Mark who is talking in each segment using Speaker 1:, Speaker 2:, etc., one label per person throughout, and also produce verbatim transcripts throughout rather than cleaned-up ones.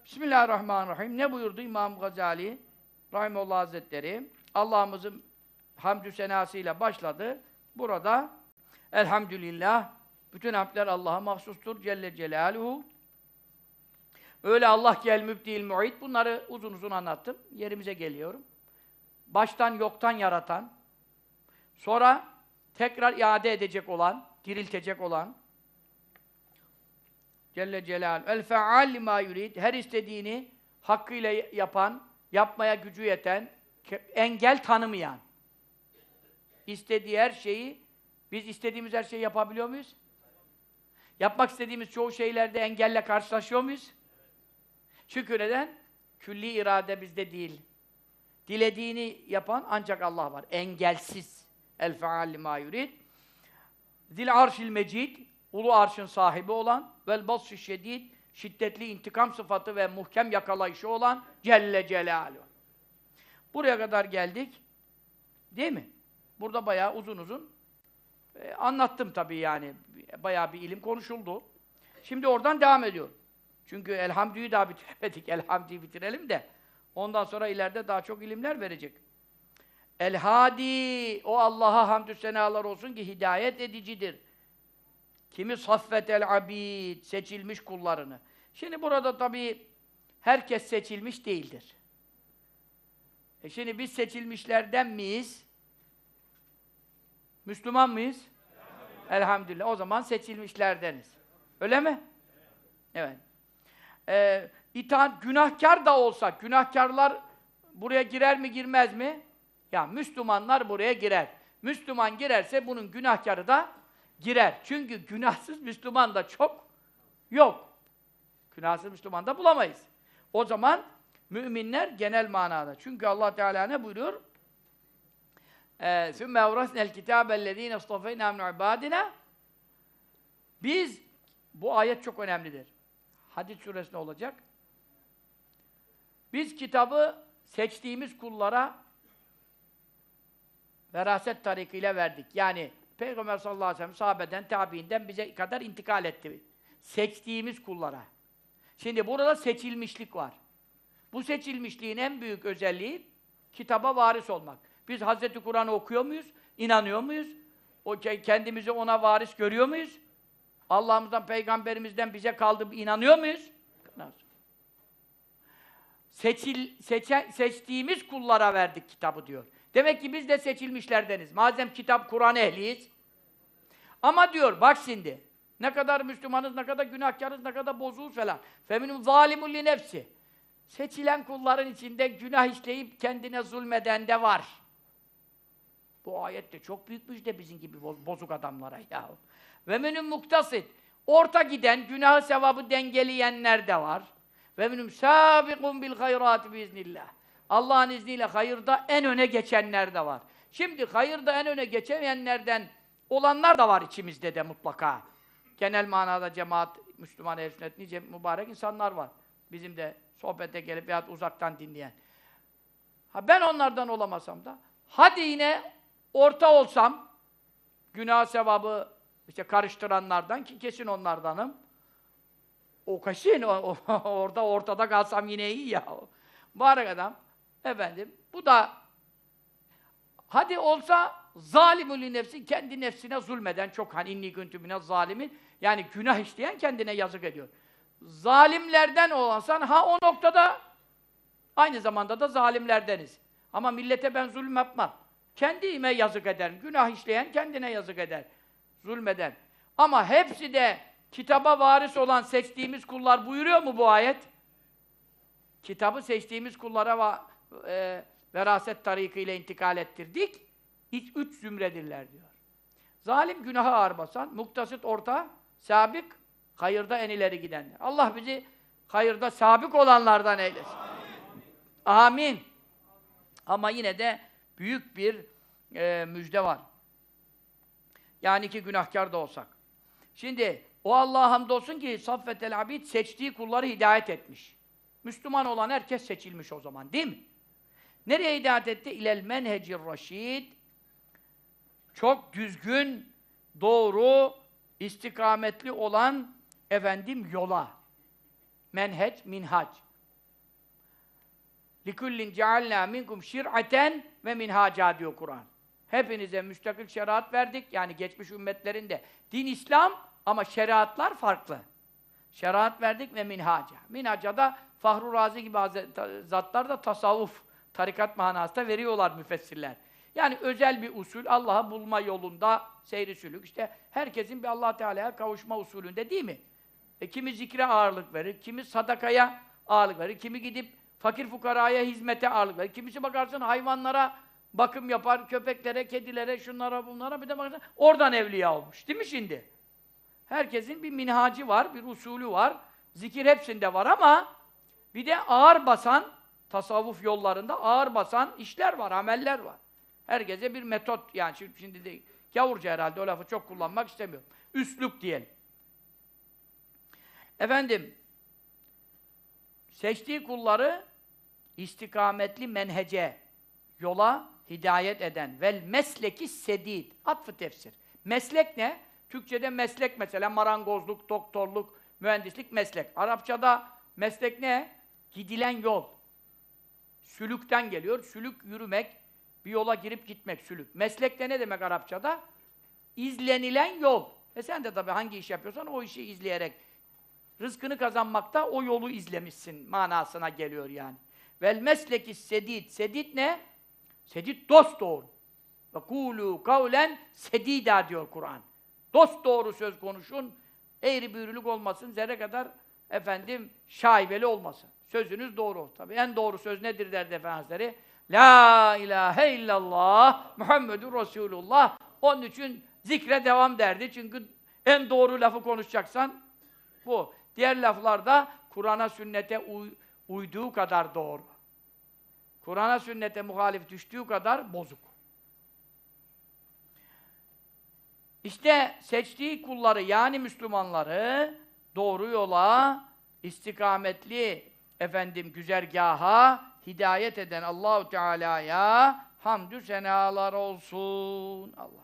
Speaker 1: Bismillahirrahmanirrahim. Ne buyurdu İmam Gazali Rahimullah Hazretleri? Allah'ımızın hamdü senasıyla başladı. Burada elhamdülillah bütün hamdler Allah'a mahsustur Celle Celaluhu. Öyle Allah ki el mübdil mu'id. Bunları uzun uzun anlattım. Yerimize geliyorum. Baştan yoktan yaratan, sonra tekrar iade edecek olan, diriltecek olan Celle Celaluhu. El fe'al lima yurid. Her istediğini hakkıyla yapan, yapmaya gücü yeten, engel tanımayan. İstediği her şeyi, biz istediğimiz her şeyi yapabiliyor muyuz? Yapmak istediğimiz çoğu şeylerde engelle karşılaşıyor muyuz? Çünkü neden? Külli irade bizde değil. Dilediğini yapan ancak Allah var. Engelsiz. El fe'al lima yurid. Zil arşil mecid. Ulu arşın sahibi olan vel basş-ı şedid, şiddetli intikam sıfatı ve muhkem yakalayışı olan Celle Celaluhu. Buraya kadar geldik. Değil mi? Burada bayağı uzun uzun e, anlattım tabii yani. Bayağı bir ilim konuşuldu. Şimdi oradan devam ediyor. Çünkü elhamdüyü daha bitiremedik. Elhamdüyü bitirelim de ondan sonra ileride daha çok ilimler verecek. El-Hadi, o Allah'a hamdü senalar olsun ki hidayet edicidir. Kimi saffetel abid, seçilmiş kullarını. Şimdi burada tabii herkes seçilmiş değildir. E şimdi biz seçilmişlerden miyiz? Müslüman mıyız? Elhamdülillah. Elhamdülillah. O zaman seçilmişlerdeniz. Öyle mi? Evet. Ee, itaat, günahkar da olsak, günahkarlar buraya girer mi girmez mi? Ya Müslümanlar buraya girer. Müslüman girerse bunun günahkarı da girer. Çünkü günahsız Müslüman da çok yok. Günahsız Müslüman da bulamayız. O zaman müminler genel manada. Çünkü Allah Teala ne buyuruyor? ثُمَّ اَوْرَثْنَا الْكِتَابَ الَّذ۪ينَ اصْطَفَيْنَا مِنْ عِبَادِنَا. Biz, bu ayet çok önemlidir. Hadid suresinde olacak. Biz kitabı seçtiğimiz kullara veraset tarikiyle verdik. Yani Peygamber sallallahu aleyhi ve sellem sahabeden, tabiinden bize kadar intikal etti. Seçtiğimiz kullara. Şimdi burada seçilmişlik var. Bu seçilmişliğin en büyük özelliği kitaba varis olmak. Biz Hazreti Kur'an'ı okuyor muyuz? İnanıyor muyuz? O kendimizi ona varis görüyor muyuz? Allah'ımızdan, Peygamberimizden bize kaldı inanıyor muyuz? Seçil, seçe, seçtiğimiz kullara verdik kitabı diyor. Demek ki biz de seçilmişlerdeniz. Madem kitap Kur'an ehliyiz. Ama diyor, bak şimdi, ne kadar Müslümanız, ne kadar günahkarız, ne kadar bozuğuz falan. Feminum zalimun li nefsi. Seçilen kulların içinde günah işleyip kendine zulmeden de var. Bu ayet de çok büyük müjde bizim gibi bozuk adamlara ya. Ve minum muktasid. Orta giden, günahı sevabı dengeleyenler de var. Ve minum sabiqun bil hayrat biiznillah. Allah'ın izniyle hayırda en öne geçenler de var. Şimdi hayırda en öne geçemeyenlerden olanlar da var içimizde de mutlaka. Genel manada cemaat, Müslüman, ehl-i sünnet, nice mübarek insanlar var. Bizim de sohbete gelip veyahut uzaktan dinleyen. Ha ben onlardan olamasam da, hadi yine orta olsam, günah sevabı işte karıştıranlardan, ki kesin onlardanım. O kesin, o, o, orada ortada kalsam yine iyi ya. Mübarek adam, efendim, bu da hadi olsa zalimül nefsi, kendi nefsine zulmeden, çok hani inni kuntu minez zalimin, yani günah işleyen kendine yazık ediyor. Zalimlerden olansan, ha o noktada aynı zamanda da zalimlerdeniz. Ama millete ben zulüm yapmam. Kendime yazık ederim. Günah işleyen kendine yazık eder. Zulmeden. Ama hepsi de kitaba varis olan seçtiğimiz kullar buyuruyor mu bu ayet? Kitabı seçtiğimiz kullara va e, veraset tarikiyle intikal ettirdik. Hiç üç zümredirler diyor. Zalim günaha ağır basan, muktasit orta, sabik, hayırda en ileri gidenler. Allah bizi hayırda sabik olanlardan eylesin. Amin. Amin. Ama yine de büyük bir e, müjde var. Yani ki günahkar da olsak. Şimdi o Allah'a hamdolsun ki saffetel abid seçtiği kulları hidayet etmiş. Müslüman olan herkes seçilmiş o zaman, değil mi? Nereye hidayet etti? İlel menhecir raşid. Çok düzgün, doğru, istikametli olan efendim yola. Menhec, minhac. لِكُلِّنْ جَعَلْنَا مِنْكُمْ شِرْعَةً ve minhaca diyor Kur'an. Hepinize müstakil şeriat verdik. Yani geçmiş ümmetlerin de din İslam ama şeriatlar farklı. Şeriat verdik ve minhaca. Minhaca da Fahru Razi gibi zatlar da tasavvuf, tarikat manasında veriyorlar müfessirler. Yani özel bir usul, Allah'ı bulma yolunda seyri sülük. İşte herkesin bir Allah Teala'ya kavuşma usulünde değil mi? E, kimi zikre ağırlık verir, kimi sadakaya ağırlık verir, kimi gidip fakir fukaraya hizmete ağırlık verir. Kimisi bakarsın hayvanlara bakım yapar, köpeklere, kedilere, şunlara, bunlara bir de bakarsın oradan evliya olmuş. Değil mi şimdi? Herkesin bir minhacı var, bir usulü var. Zikir hepsinde var ama bir de ağır basan, tasavvuf yollarında ağır basan işler var, ameller var. Herkese bir metot, yani şimdi, şimdi de gavurca herhalde, o lafı çok kullanmak istemiyorum. Üslup diyelim. Efendim, seçtiği kulları istikametli menhece, yola hidayet eden vel mesleki sedid, atfı tefsir. Meslek ne? Türkçe'de meslek mesela marangozluk, doktorluk, mühendislik meslek. Arapçada meslek ne? Gidilen yol. Sülükten geliyor. Sülük yürümek, bir yola girip gitmek sülük. Meslek de ne demek Arapçada? İzlenilen yol. E sen de tabii hangi iş yapıyorsan o işi izleyerek rızkını kazanmakta o yolu izlemişsin manasına geliyor yani. Vel mesleki sedid. Sedid ne? Sedid dosdoğru. Ve kûlû kavlen sedîdâ diyor Kur'an. Dosdoğru söz konuşun, eğri büğrülük olmasın, zerre kadar efendim şaibeli olmasın. Sözünüz doğru. Tabii en doğru söz nedir derdi Efendimiz? La ilahe illallah Muhammedur Resulullah. Onun için zikre devam derdi. Çünkü en doğru lafı konuşacaksan bu. Diğer laflarda Kur'an'a, sünnete uy uyduğu kadar doğru. Kur'an'a, sünnete muhalif düştüğü kadar bozuk. İşte seçtiği kulları, yani Müslümanları doğru yola, istikametli efendim güzergaha hidayet eden Allahu Teala'ya hamdü senalar olsun. Allah.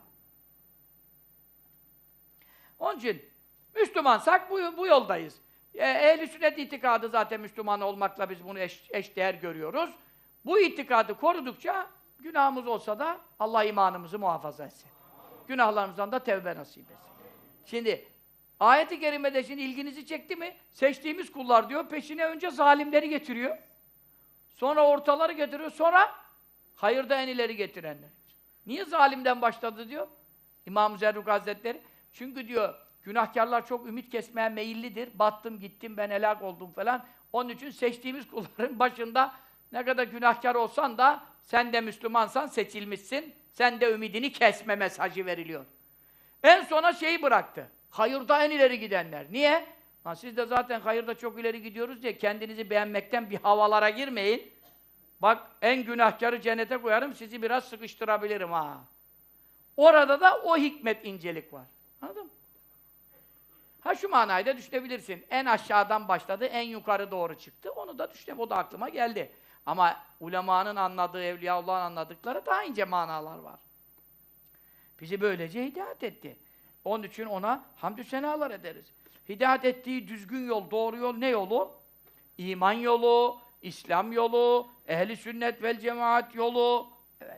Speaker 1: Onun için Müslümansak bu, bu yoldayız. E, Ehl-i sünnet itikadı zaten Müslüman olmakla biz bunu eş, eşdeğer görüyoruz. Bu itikadı korudukça günahımız olsa da Allah imanımızı muhafaza etsin. Günahlarımızdan da tevbe nasip etsin. Şimdi ayet-i kerimede şimdi ilginizi çekti mi? Seçtiğimiz kullar diyor, peşine önce zalimleri getiriyor. Sonra ortaları getiriyor, sonra hayırda en ileri getirenler. Niye zalimden başladı diyor İmam-ı Zerruk Hazretleri? Çünkü diyor, günahkarlar çok ümit kesmeye meyillidir. Battım, gittim, ben helak oldum falan. Onun için seçtiğimiz kulların başında ne kadar günahkar olsan da sen de Müslümansan seçilmişsin. Sen de ümidini kesme mesajı veriliyor. En sona şeyi bıraktı. Hayırda en ileri gidenler. Niye? Ha, siz de zaten hayırda çok ileri gidiyoruz diye kendinizi beğenmekten bir havalara girmeyin. Bak en günahkarı cennete koyarım, sizi biraz sıkıştırabilirim ha. Orada da o hikmet, incelik var. Anladın mı? Ha şu manayı da düşünebilirsin. En aşağıdan başladı, en yukarı doğru çıktı. Onu da düşünelim, o da aklıma geldi. Ama ulemanın anladığı, Evliyaullah'ın anladıkları daha ince manalar var. Bizi böylece hidayet etti. Onun için ona hamdü senalar ederiz. Hidayet ettiği düzgün yol, doğru yol ne yolu? İman yolu, İslam yolu, ehli sünnet vel cemaat yolu. Evet.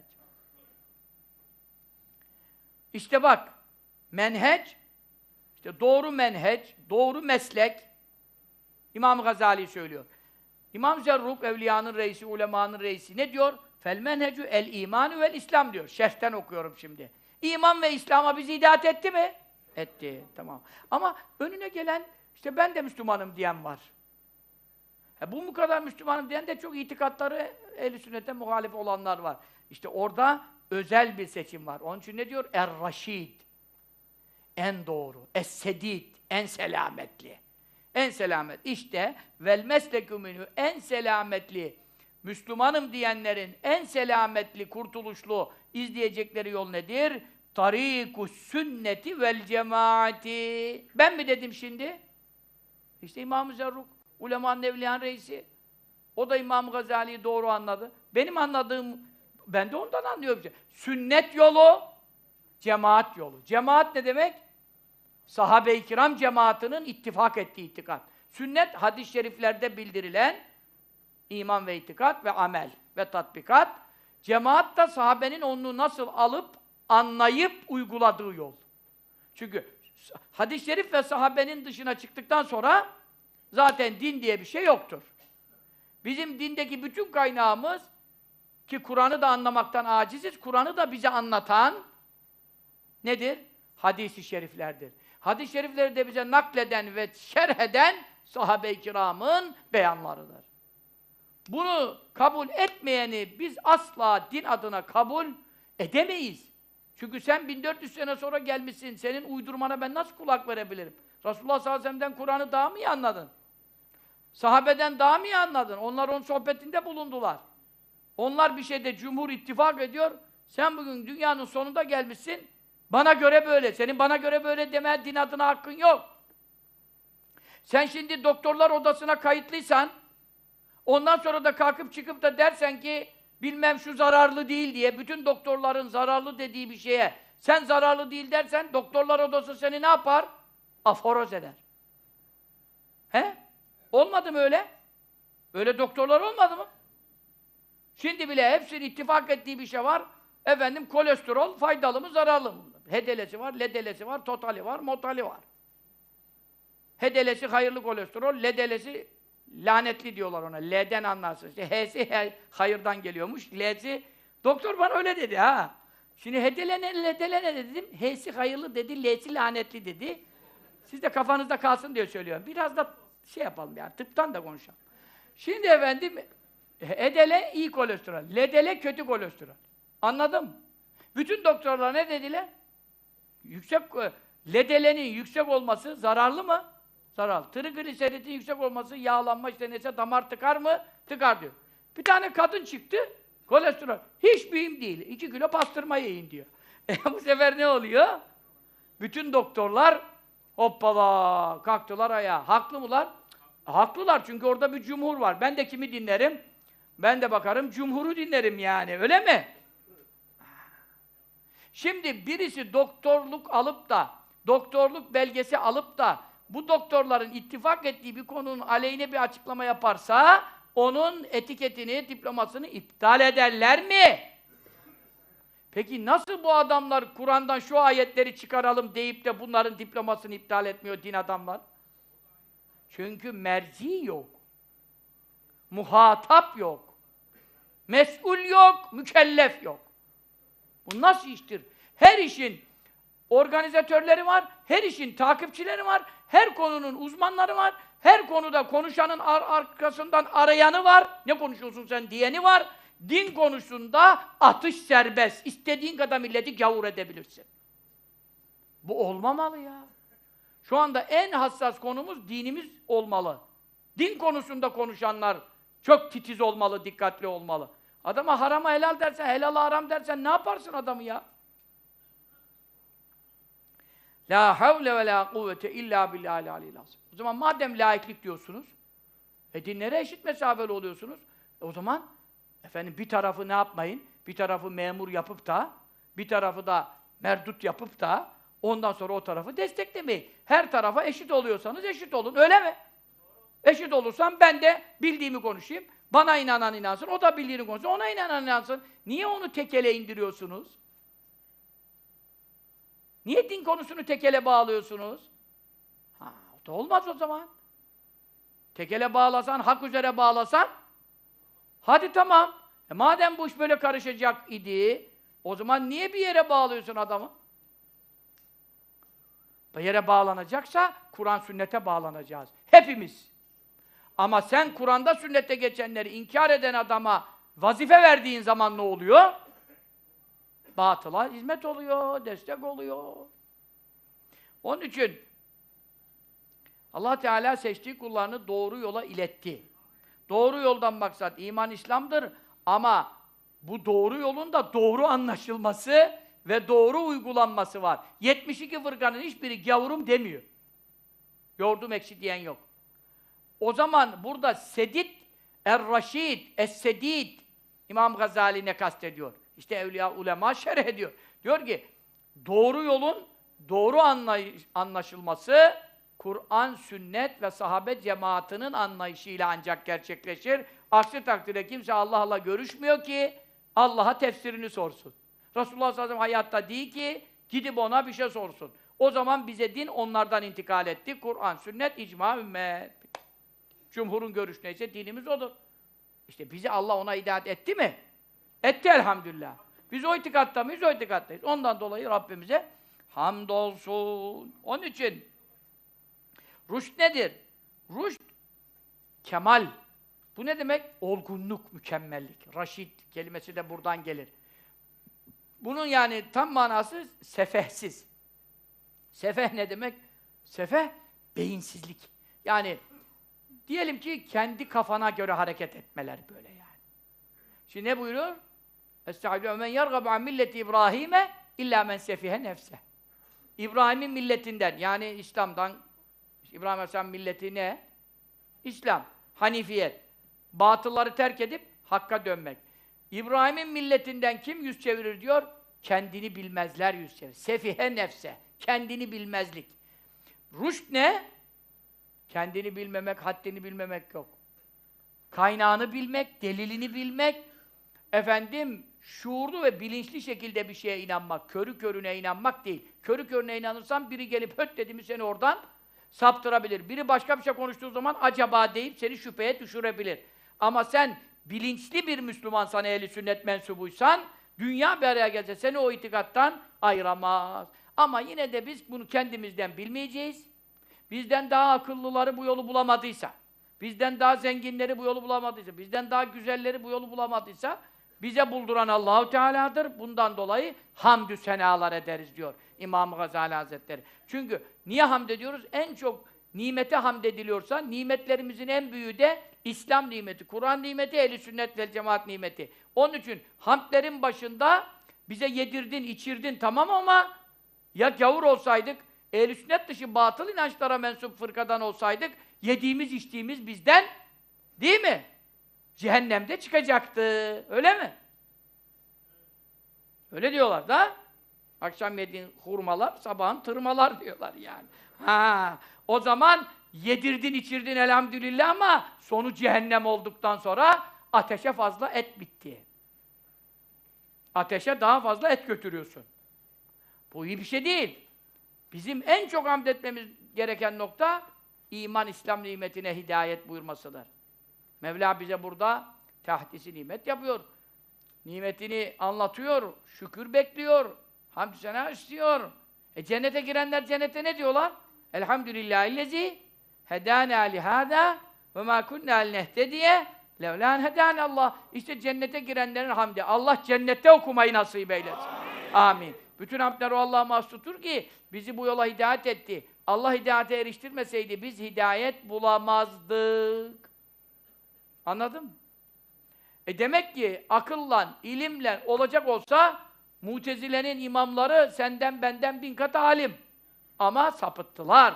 Speaker 1: İşte bak, menheç, işte doğru menheç, doğru meslek, İmam Gazali söylüyor. İmam Zerruk, evliyanın reisi, ulemanın reisi ne diyor? Fel menhecu el imanu vel İslam diyor. Şerhten okuyorum şimdi. İman ve İslam'a bizi hidayet etti mi? Etti. Tamam. Ama önüne gelen, işte ben de Müslümanım diyen var. E bu mu kadar Müslümanım diyen de çok itikatları ehl-i sünnete muhalif olanlar var. İşte orada özel bir seçim var. Onun için ne diyor? Er-Raşid. En doğru. Es-Sedid. En selametli. En selamet. İşte vel meslekü minhu en selametli Müslümanım diyenlerin en selametli, kurtuluşlu izleyecekleri yol nedir? Tarikus sünneti vel cemaati. Ben mi dedim şimdi? İşte İmam-ı Zerruk, ulemanın evliyan reisi. O da İmam Gazali'yi doğru anladı. Benim anladığım, ben de ondan anlıyorum. Sünnet yolu, cemaat yolu. Cemaat ne demek? Sahabe-i kiram cemaatinin ittifak ettiği itikat. Sünnet, hadis-i şeriflerde bildirilen İman ve itikat ve amel ve tatbikat. Cemaat da sahabenin onu nasıl alıp, anlayıp uyguladığı yol. Çünkü hadis-i şerif ve sahabenin dışına çıktıktan sonra zaten din diye bir şey yoktur. Bizim dindeki bütün kaynağımız ki Kur'an'ı da anlamaktan aciziz, Kur'an'ı da bize anlatan nedir? Hadis-i şeriflerdir. Hadis-i şerifleri de bize nakleden ve şerh eden sahabe-i kiramın beyanlarıdır. Bunu kabul etmeyeni biz asla din adına kabul edemeyiz. Çünkü sen bin dört yüz sene sonra gelmişsin, senin uydurmana ben nasıl kulak verebilirim? Resulullah sallallahu aleyhi ve sellem'den Kur'an'ı daha mı iyi anladın? Sahabeden daha mı iyi anladın? Onlar onun sohbetinde bulundular. Onlar bir şeyde cumhur ittifak ediyor. Sen bugün dünyanın sonunda gelmişsin. Bana göre böyle. Senin bana göre böyle demeye din adına hakkın yok. Sen şimdi doktorlar odasına kayıtlıysan, ondan sonra da kalkıp çıkıp da dersen ki bilmem şu zararlı değil diye, bütün doktorların zararlı dediği bir şeye sen zararlı değil dersen, doktorlar odası seni ne yapar? Aforoz eder. He? Olmadı mı öyle? Öyle doktorlar olmadı mı? Şimdi bile hepsinin ittifak ettiği bir şey var. Efendim kolesterol faydalı mı, zararlı mı? Hedelesi var, ledelesi var, totali var, motali var. Hedelesi hayırlı kolesterol, ledelesi lanetli diyorlar ona. L'den anlarsın. İşte H'si he, hayırdan geliyormuş. L'si doktor bana öyle dedi ha. Şimdi hedelene, ledelene dedim. H'si hayırlı dedi, L'si lanetli dedi. Siz de kafanızda kalsın diye söylüyorum. Biraz da şey yapalım yani, tıptan da konuşalım. Şimdi efendim, hedele iyi kolesterol, ledele kötü kolesterol. Anladın mı? Bütün doktorlar ne dediler? Yüksek, ledelenin yüksek olması zararlı mı? Zararlı. Trigliseridin yüksek olması, yağlanma işte neyse damar tıkar mı? Tıkar diyor. Bir tane kadın çıktı, kolesterol. Hiç mühim değil. İki kilo pastırma yiyin diyor. E bu sefer ne oluyor? Bütün doktorlar hoppala kalktılar ayağa. Haklı mılar? Haklılar çünkü orada bir cumhur var. Ben de kimi dinlerim? Ben de bakarım cumhuru dinlerim yani. Öyle mi? Şimdi birisi doktorluk alıp da, doktorluk belgesi alıp da bu doktorların ittifak ettiği bir konunun aleyhine bir açıklama yaparsa onun etiketini, diplomasını iptal ederler mi? Peki nasıl bu adamlar Kur'an'dan şu ayetleri çıkaralım deyip de bunların diplomasını iptal etmiyor din adamlar? Çünkü merci yok. Muhatap yok. Mesul yok, mükellef yok. Bu nasıl iştir? Her işin organizatörleri var, her işin takipçileri var, her konunun uzmanları var, her konuda konuşanın ar arkasından arayanı var, ne konuşuyorsun sen diyeni var, din konusunda atış serbest, istediğin kadar milleti gavur edebilirsin. Bu olmamalı ya. Şu anda en hassas konumuz dinimiz olmalı. Din konusunda konuşanlar çok titiz olmalı, dikkatli olmalı. Adama harama helal dersen, helala haram dersen ne yaparsın adamı ya? La havle ve la kuvvete illa billahil aliyyil azim. O zaman madem laiklik diyorsunuz, e dinlere eşit mesafeli oluyorsunuz. E o zaman efendim bir tarafı ne yapmayın? Bir tarafı memur yapıp da, bir tarafı da merdut yapıp da ondan sonra o tarafı desteklemeyin. Her tarafa eşit oluyorsanız eşit olun. Öyle mi? Eşit olursam ben de bildiğimi konuşayım. Bana inanan inansın, o da bildiğini konuşsun, ona inanan inansın. Niye onu tekele indiriyorsunuz? Niye din konusunu tekele bağlıyorsunuz? Ha, o da olmaz o zaman. Tekele bağlasan, hak üzere bağlasan, hadi tamam. E madem bu iş böyle karışacak idi, o zaman niye bir yere bağlıyorsun adamı? Bir yere bağlanacaksa, Kur'an sünnete bağlanacağız. Hepimiz. Ama sen Kur'an'da sünnette geçenleri inkar eden adama vazife verdiğin zaman ne oluyor? Batıla hizmet oluyor, destek oluyor. Onun için Allah Teala seçtiği kullarını doğru yola iletti. Doğru yoldan maksat iman, İslam'dır ama bu doğru yolun da doğru anlaşılması ve doğru uygulanması var. yetmiş iki fırkanın hiçbiri gavurum demiyor. Yordum ekşi diyen yok. O zaman burada Sedid, Er-Raşid, Es-Sedid İmam Gazali ne kastediyor? İşte evliya ulema şerh ediyor. Diyor ki doğru yolun doğru anlaşılması Kur'an, sünnet ve sahabe cemaatinin anlayışıyla ancak gerçekleşir. Aksi takdirde kimse Allah'la görüşmüyor ki Allah'a tefsirini sorsun. Resulullah sallallahu aleyhi ve sellem hayatta değil ki gidip ona bir şey sorsun. O zaman bize din onlardan intikal etti. Kur'an, sünnet, icma, ümmet. Cumhurun görüşü neyse dinimiz odur. İşte bizi Allah ona hidayet etti mi? Etti elhamdülillah. Biz o itikatta mıyız? O itikattayız. Ondan dolayı Rabbimize hamdolsun. Onun için rüşt nedir? Rüşt, kemal. Bu ne demek? Olgunluk, mükemmellik. Raşid kelimesi de buradan gelir. Bunun yani tam manası sefehsiz. Sefeh ne demek? Sefeh, beyinsizlik. Yani diyelim ki kendi kafana göre hareket etmeler böyle yani. Şimdi ne buyuruyor? Estaizu men yergabu an milleti İbrahim'e illa men sefihe nefse. İbrahim'in milletinden yani İslam'dan, İbrahim Aleyhisselam milleti ne? İslam, hanifiyet. Batılları terk edip hakka dönmek. İbrahim'in milletinden kim yüz çevirir diyor? Kendini bilmezler yüz çevirir. Sefihe nefse. Kendini bilmezlik. Rüşt ne? Kendini bilmemek, haddini bilmemek yok. Kaynağını bilmek, delilini bilmek, efendim, şuurlu ve bilinçli şekilde bir şeye inanmak, körü körüne inanmak değil. Körü körüne inanırsan biri gelip höt dedi mi seni oradan saptırabilir. Biri başka bir şey konuştuğu zaman acaba deyip seni şüpheye düşürebilir. Ama sen bilinçli bir Müslümansan, ehl-i sünnet mensubuysan, dünya bir araya gelse seni o itikattan ayıramaz. Ama yine de biz bunu kendimizden bilmeyeceğiz. Bizden daha akıllıları bu yolu bulamadıysa, bizden daha zenginleri bu yolu bulamadıysa, bizden daha güzelleri bu yolu bulamadıysa, bize bulduran Allahu Teala'dır. Bundan dolayı hamdü senalar ederiz diyor İmam Gazali Hazretleri. Çünkü niye hamd ediyoruz? En çok nimete hamd ediliyorsa, nimetlerimizin en büyüğü de İslam nimeti, Kur'an nimeti, ehl-i sünnet vel cemaat nimeti. Onun için hamdlerin başında bize yedirdin, içirdin tamam ama ya gavur olsaydık, ehl-i sünnet dışı batıl inançlara mensup fırkadan olsaydık, yediğimiz, içtiğimiz bizden, değil mi? Cehennemde çıkacaktı. Öyle mi? Öyle diyorlar da. Akşam yediğin hurmalar, sabahın tırmalar diyorlar yani. Ha, o zaman yedirdin, içirdin elhamdülillah ama sonu cehennem olduktan sonra ateşe fazla et bitti. Ateşe daha fazla et götürüyorsun. Bu iyi bir şey değil. Bizim en çok hamd etmemiz gereken nokta iman, İslam nimetine hidayet buyurmasıdır. Mevla bize burada tahdisi nimet yapıyor. Nimetini anlatıyor, şükür bekliyor, hamd sena istiyor. E cennete girenler cennete ne diyorlar? Elhamdülillahillezî hedâna lihâdâ ve mâ kunnâ linehtediye levlân hedâne Allah. İşte cennete girenlerin hamdi. Allah cennette okumayı nasip eylesin. Amin. Amin. Bütün hamdler o Allah'a mahsustur ki bizi bu yola hidayet etti. Allah hidayete eriştirmeseydi biz hidayet bulamazdık. Anladın mı? E demek ki akılla, ilimle olacak olsa Mutezile'nin imamları senden benden bin kat alim. Ama sapıttılar.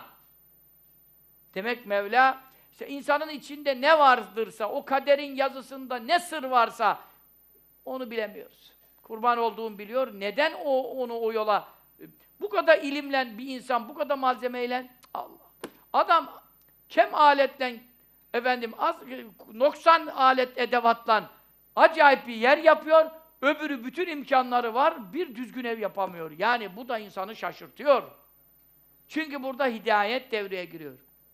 Speaker 1: Demek Mevla işte insanın içinde ne vardırsa, o kaderin yazısında ne sır varsa onu bilemiyoruz. Kurban olduğum biliyor. Neden o onu o yola bu kadar ilimle bir insan, bu kadar malzemeyle Allah. Adam kem aletle efendim az noksan alet edevatla acayip bir yer yapıyor. Öbürü bütün imkanları var. Bir düzgün ev yapamıyor. Yani bu da insanı şaşırtıyor. Çünkü burada hidayet devreye giriyor.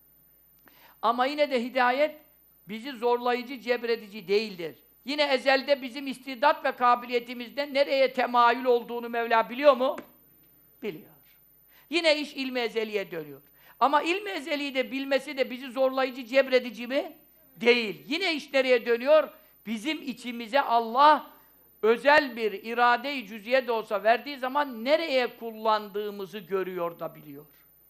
Speaker 1: Ama yine de hidayet bizi zorlayıcı, cebredici değildir. Yine ezelde bizim istidat ve kabiliyetimizde nereye temayül olduğunu Mevla biliyor mu? Biliyor. Yine iş ilmi ezeliye dönüyor. Ama ilmi ezeliyi de bilmesi de bizi zorlayıcı, cebredici mi? Değil. Yine iş nereye dönüyor? Bizim içimize Allah özel bir irade-i cüziye de olsa verdiği zaman nereye kullandığımızı görüyor da biliyor.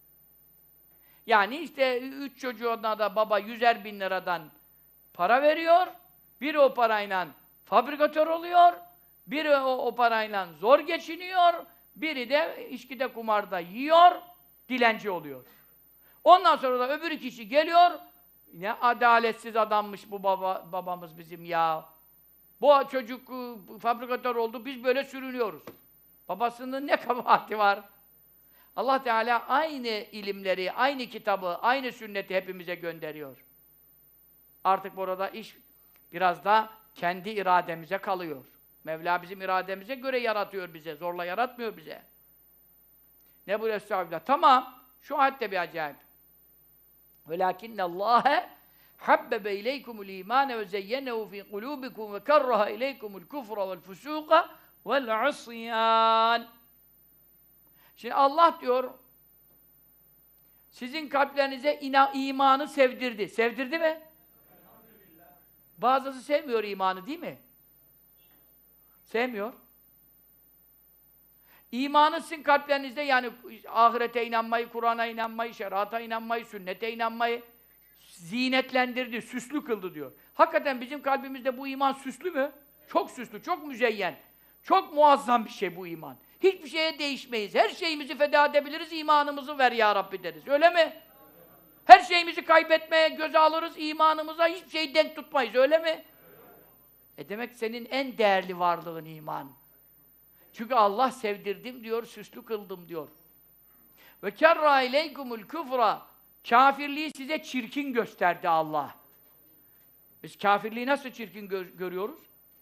Speaker 1: Yani işte üç çocuğuna da baba yüzer bin liradan para veriyor, biri o parayla fabrikatör oluyor, biri o, o parayla zor geçiniyor, biri de içkide kumarda yiyor, dilenci oluyor. Ondan sonra da öbür kişi geliyor, ne adaletsiz adammış bu baba, babamız bizim ya. Bu çocuk fabrikatör oldu, biz böyle sürünüyoruz. Babasının ne kabahati var? Allah Teala aynı ilimleri, aynı kitabı, aynı sünneti hepimize gönderiyor. Artık burada iş biraz da kendi irademize kalıyor. Mevla bizim irademize göre yaratıyor bize, zorla yaratmıyor bize. Ne bu Estağfirullah? Tamam, şu ayet de bir acayip. وَلَاكِنَّ اللّٰهَ حَبَّبَ اِلَيْكُمُ الْا۪يمَانَ وَزَيَّنَهُ ف۪ي قُلُوبِكُمْ وَكَرَّهَ اِلَيْكُمُ الْكُفْرَ وَالْفُسُوقَ وَالْعِصْيَانَ. Şimdi Allah diyor, sizin kalplerinize imanı sevdirdi. Sevdirdi mi? Bazısı sevmiyor imanı, değil mi? Sevmiyor. İmanı sizin kalplerinizde, yani ahirete inanmayı, Kur'an'a inanmayı, şerata inanmayı, sünnete inanmayı zinetlendirdi, süslü kıldı diyor. Hakikaten bizim kalbimizde bu iman süslü mü? Çok süslü, çok müzeyyen. Çok muazzam bir şey bu iman. Hiçbir şeye değişmeyiz. Her şeyimizi feda edebiliriz, imanımızı ver ya Rabbi deriz. Öyle mi? Her şeyimizi kaybetmeye göze alırız, imanımıza hiçbir şeyi denk tutmayız. Öyle mi? E demek senin en değerli varlığın iman. Çünkü Allah sevdirdim diyor, süslü kıldım diyor. Ve kerra ileykumul küfra. Kafirliği size çirkin gösterdi Allah. Biz kafirliği nasıl çirkin gö görüyoruz?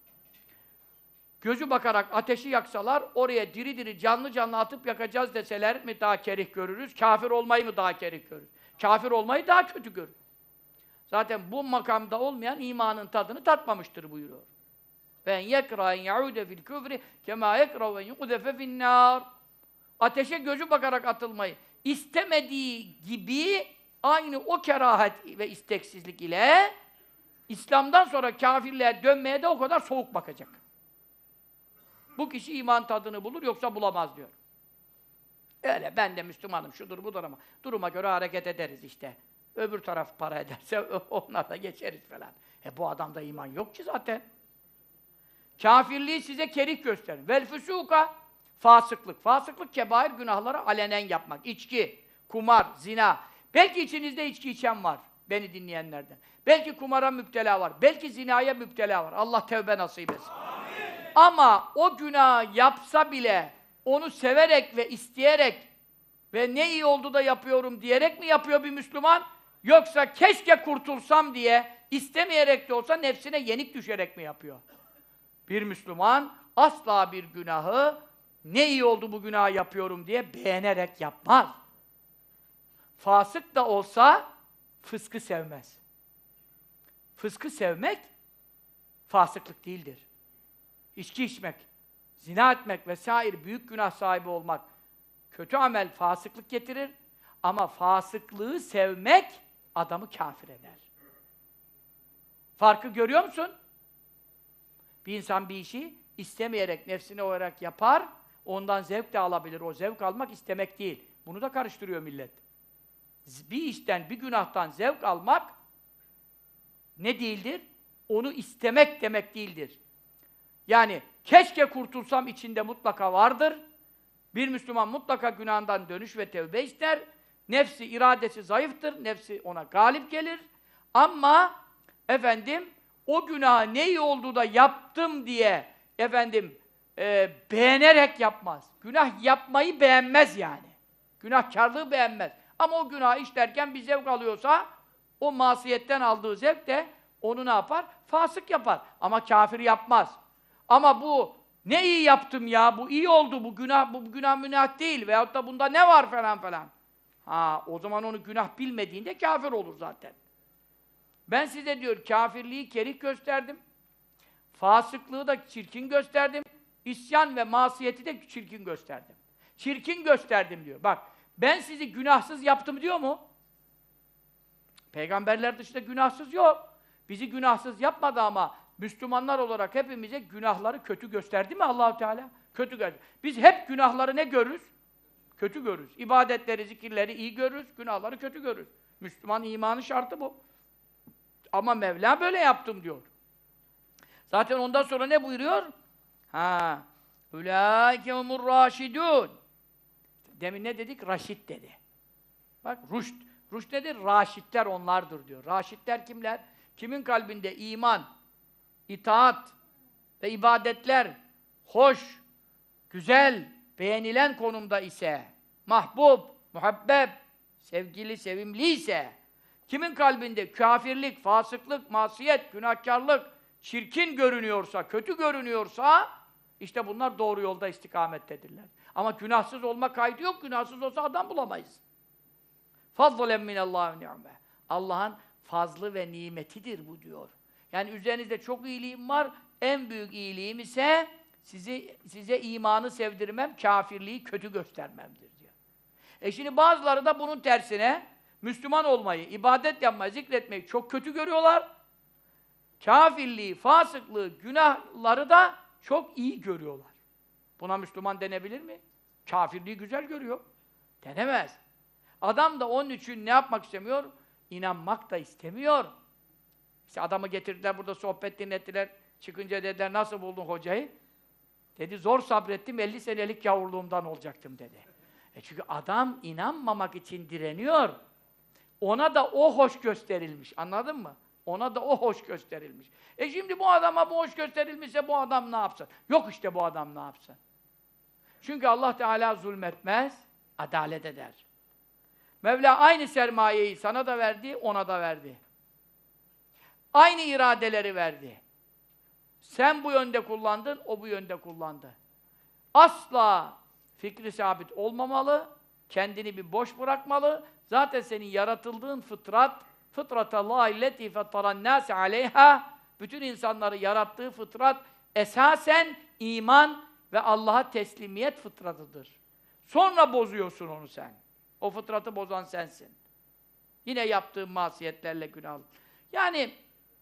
Speaker 1: Gözü bakarak ateşi yaksalar, oraya diri diri canlı canlı atıp yakacağız deseler mi daha kerih görürüz? Kafir olmayı mı daha kerih görürüz? Kafir olmayı daha kötü görürüz. Zaten bu makamda olmayan imanın tadını tatmamıştır buyuruyor. Ben yekra en yaude fil küfri kema yekra ve yuqdefe finnâr. Ateşe gözü bakarak atılmayı istemediği gibi aynı o kerahet ve isteksizlik ile İslam'dan sonra kâfirliğe dönmeye de o kadar soğuk bakacak. Bu kişi iman tadını bulur, yoksa bulamaz diyor. Öyle, ben de Müslümanım, şudur budur ama duruma göre hareket ederiz işte. Öbür taraf para ederse onlar da geçeriz falan. E bu adamda iman yok ki zaten. Kâfirliği size kerih gösterin. Vel füsûka, fasıklık. Fasıklık kebair günahları alenen yapmak. İçki, kumar, zina. Belki içinizde içki içen var, beni dinleyenlerden. Belki kumara müptela var, belki zinaya müptela var. Allah tevbe nasip etsin. Amin. Ama o günah yapsa bile onu severek ve isteyerek ve ne iyi oldu da yapıyorum diyerek mi yapıyor bir Müslüman? Yoksa keşke kurtulsam diye istemeyerek de olsa nefsine yenik düşerek mi yapıyor? Bir Müslüman asla bir günahı ne iyi oldu bu günahı yapıyorum diye beğenerek yapmaz. Fasık da olsa fıskı sevmez. Fıskı sevmek fasıklık değildir. İçki içmek, zina etmek vesaire büyük günah sahibi olmak, kötü amel fasıklık getirir ama fasıklığı sevmek adamı kâfir eder. Farkı görüyor musun? Bir insan bir işi istemeyerek, nefsine olarak yapar, ondan zevk de alabilir. O zevk almak istemek değil. Bunu da karıştırıyor millet. Bir işten, bir günahtan zevk almak ne değildir? Onu istemek demek değildir. Yani keşke kurtulsam içinde mutlaka vardır. Bir Müslüman mutlaka günahından dönüş ve tevbe ister. Nefsi, iradesi zayıftır. Nefsi ona galip gelir. Ama efendim o günah ne iyi oldu da yaptım diye efendim e, beğenerek yapmaz. Günah yapmayı beğenmez yani. Günahkarlığı beğenmez. Ama o günahı işlerken bir zevk alıyorsa o masiyetten aldığı zevk de onu ne yapar? Fasık yapar. Ama kafir yapmaz. Ama bu ne iyi yaptım ya, bu iyi oldu, bu günah, bu günah münah değil veyahut da bunda ne var falan falan. Ha, o zaman onu günah bilmediğinde kafir olur zaten. Ben size diyor, kafirliği kerih gösterdim, fasıklığı da çirkin gösterdim, isyan ve masiyeti de çirkin gösterdim. Çirkin gösterdim diyor. Bak, ben sizi günahsız yaptım diyor mu? Peygamberler dışında günahsız yok. Bizi günahsız yapmadı ama Müslümanlar olarak hepimize günahları kötü gösterdi mi Allah-u Teala? Kötü gösterdi. Biz hep günahları ne görürüz? Kötü görürüz. İbadetleri, zikirleri iyi görürüz, günahları kötü görürüz. Müslüman imanı şartı bu. Ama Mevla böyle yaptım diyor. Zaten ondan sonra ne buyuruyor? Ha, ulaike humur raşidun. Demin ne dedik? Raşid dedi. Bak, ruşt. Ruşt nedir? Raşidler onlardır diyor. Raşidler kimler? Kimin kalbinde iman, itaat ve ibadetler hoş, güzel, beğenilen konumda ise, mahbub, muhabbeb, sevgili, sevimliyse, kimin kalbinde kâfirlik, fasıklık, masiyet, günahkarlık, çirkin görünüyorsa, kötü görünüyorsa, işte bunlar doğru yolda istikamettedirler. Ama günahsız olma kaydı yok, günahsız olsa adam bulamayız. فَضْلًا مِنَ اللّٰهِ نِعْمَةً Allah'ın fazlı ve nimetidir bu diyor. Yani üzerinizde çok iyiliğim var, en büyük iyiliğim ise sizi, size imanı sevdirmem, kâfirliği kötü göstermemdir diyor. E şimdi bazıları da bunun tersine Müslüman olmayı, ibadet yapmayı, zikretmeyi çok kötü görüyorlar. Kâfirliği, fasıklığı, günahları da çok iyi görüyorlar. Buna Müslüman denebilir mi? Kâfirliği güzel görüyor. Denemez. Adam da onun için ne yapmak istemiyor? İnanmak da istemiyor. İşte adamı getirdiler, burada sohbet dinlettiler. Çıkınca dediler, nasıl buldun hocayı? Dedi, zor sabrettim, elli senelik yavurluğumdan olacaktım dedi. E çünkü adam inanmamak için direniyor. Ona da o hoş gösterilmiş, anladın mı? Ona da o hoş gösterilmiş. E şimdi bu adama bu hoş gösterilmişse bu adam ne yapsın? Yok işte bu adam ne yapsın? Çünkü Allah Teala zulmetmez, adalet eder. Mevla aynı sermayeyi sana da verdi, ona da verdi. Aynı iradeleri verdi. Sen bu yönde kullandın, o bu yönde kullandı. Asla fikri sabit olmamalı, kendini bir boş bırakmalı. Zaten senin yaratıldığın fıtrat, fıtratallâhi lletî fettarannâse aleyhâ, bütün insanları yarattığı fıtrat, esasen iman ve Allah'a teslimiyet fıtratıdır. Sonra bozuyorsun onu sen. O fıtratı bozan sensin. Yine yaptığın masiyetlerle günah. Yani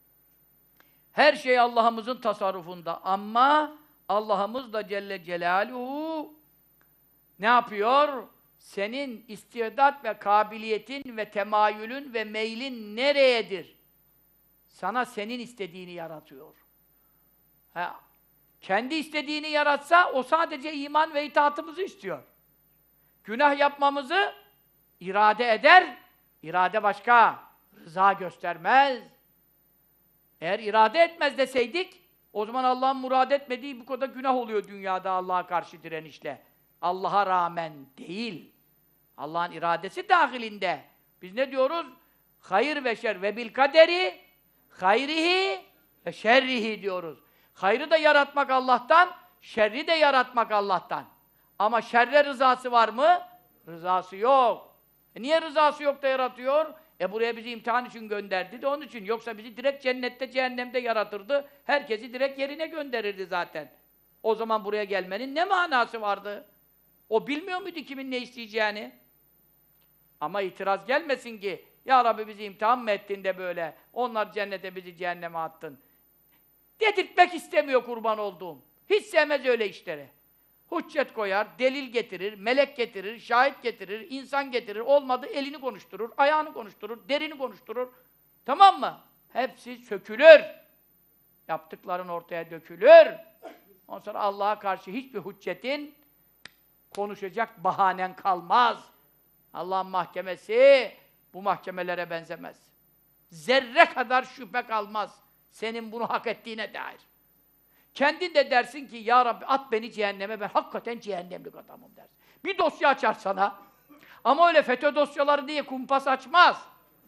Speaker 1: her şey Allah'ımızın tasarrufunda ama Allah'ımız da Celle Celaluhu ne yapıyor? Senin istidat ve kabiliyetin ve temayülün ve meylin nereyedir? Sana senin istediğini yaratıyor. Ha, kendi istediğini yaratsa o sadece iman ve itaatımızı istiyor. Günah yapmamızı irade eder, irade başka, rıza göstermez. Eğer irade etmez deseydik, o zaman Allah'ın murad etmediği bu kadar günah oluyor dünyada Allah'a karşı direnişle. Allah'a rağmen değil. Allah'ın iradesi dahilinde. Biz ne diyoruz? Hayır ve şer ve bil kaderi hayrihi ve şerrihi diyoruz. Hayrı da yaratmak Allah'tan, şerri de yaratmak Allah'tan. Ama şerre rızası var mı? Rızası yok. E niye rızası yok da yaratıyor? E buraya bizi imtihan için gönderdi de onun için. Yoksa bizi direkt cennette, cehennemde yaratırdı. Herkesi direkt yerine gönderirdi zaten. O zaman buraya gelmenin ne manası vardı? O bilmiyor muydu kimin ne isteyeceğini? Ama itiraz gelmesin ki, ya Rabbi bizi imtihan mı ettin de böyle, onlar cennete bizi cehenneme attın. Dedirtmek istemiyor kurban olduğum. Hiç sevmez öyle işleri. Hüccet koyar, delil getirir, melek getirir, şahit getirir, insan getirir, olmadı elini konuşturur, ayağını konuşturur, derini konuşturur. Tamam mı? Hepsi sökülür. Yaptıkların ortaya dökülür. Ondan sonra Allah'a karşı hiçbir hüccetin konuşacak bahanen kalmaz. Allah'ın mahkemesi bu mahkemelere benzemez. Zerre kadar şüphe kalmaz senin bunu hak ettiğine dair. Kendin de dersin ki, ya Rabbi at beni cehenneme, ben hakikaten cehennemlik adamım dersin. Bir dosya açar sana. Ama öyle FETÖ dosyaları diye kumpas açmaz.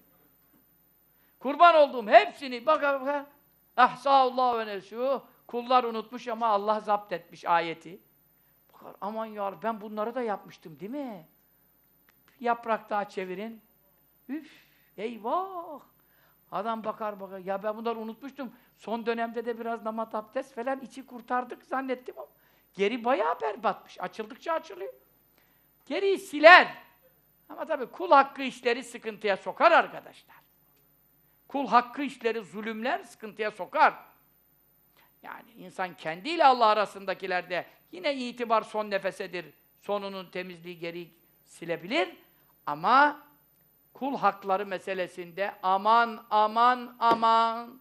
Speaker 1: Kurban olduğum hepsini, bak bak, ahsâullâhu ve nesûh, kullar unutmuş ama Allah zapt etmiş ayeti. Bakar, aman ya Rabbi, ben bunları da yapmıştım değil mi? Yaprak daha çevirin. Üf, eyvah! Adam bakar bakar, ya ben bunları unutmuştum. Son dönemde de biraz namaz, abdest falan içi kurtardık zannettim ama geri bayağı berbatmış. Açıldıkça açılıyor. Geriyi siler. Ama tabii kul hakkı işleri sıkıntıya sokar arkadaşlar. Kul hakkı işleri, zulümler sıkıntıya sokar. Yani insan kendiyle Allah arasındakilerde yine itibar son nefesedir. Sonunun temizliği geri silebilir. Ama kul hakları meselesinde aman, aman, aman.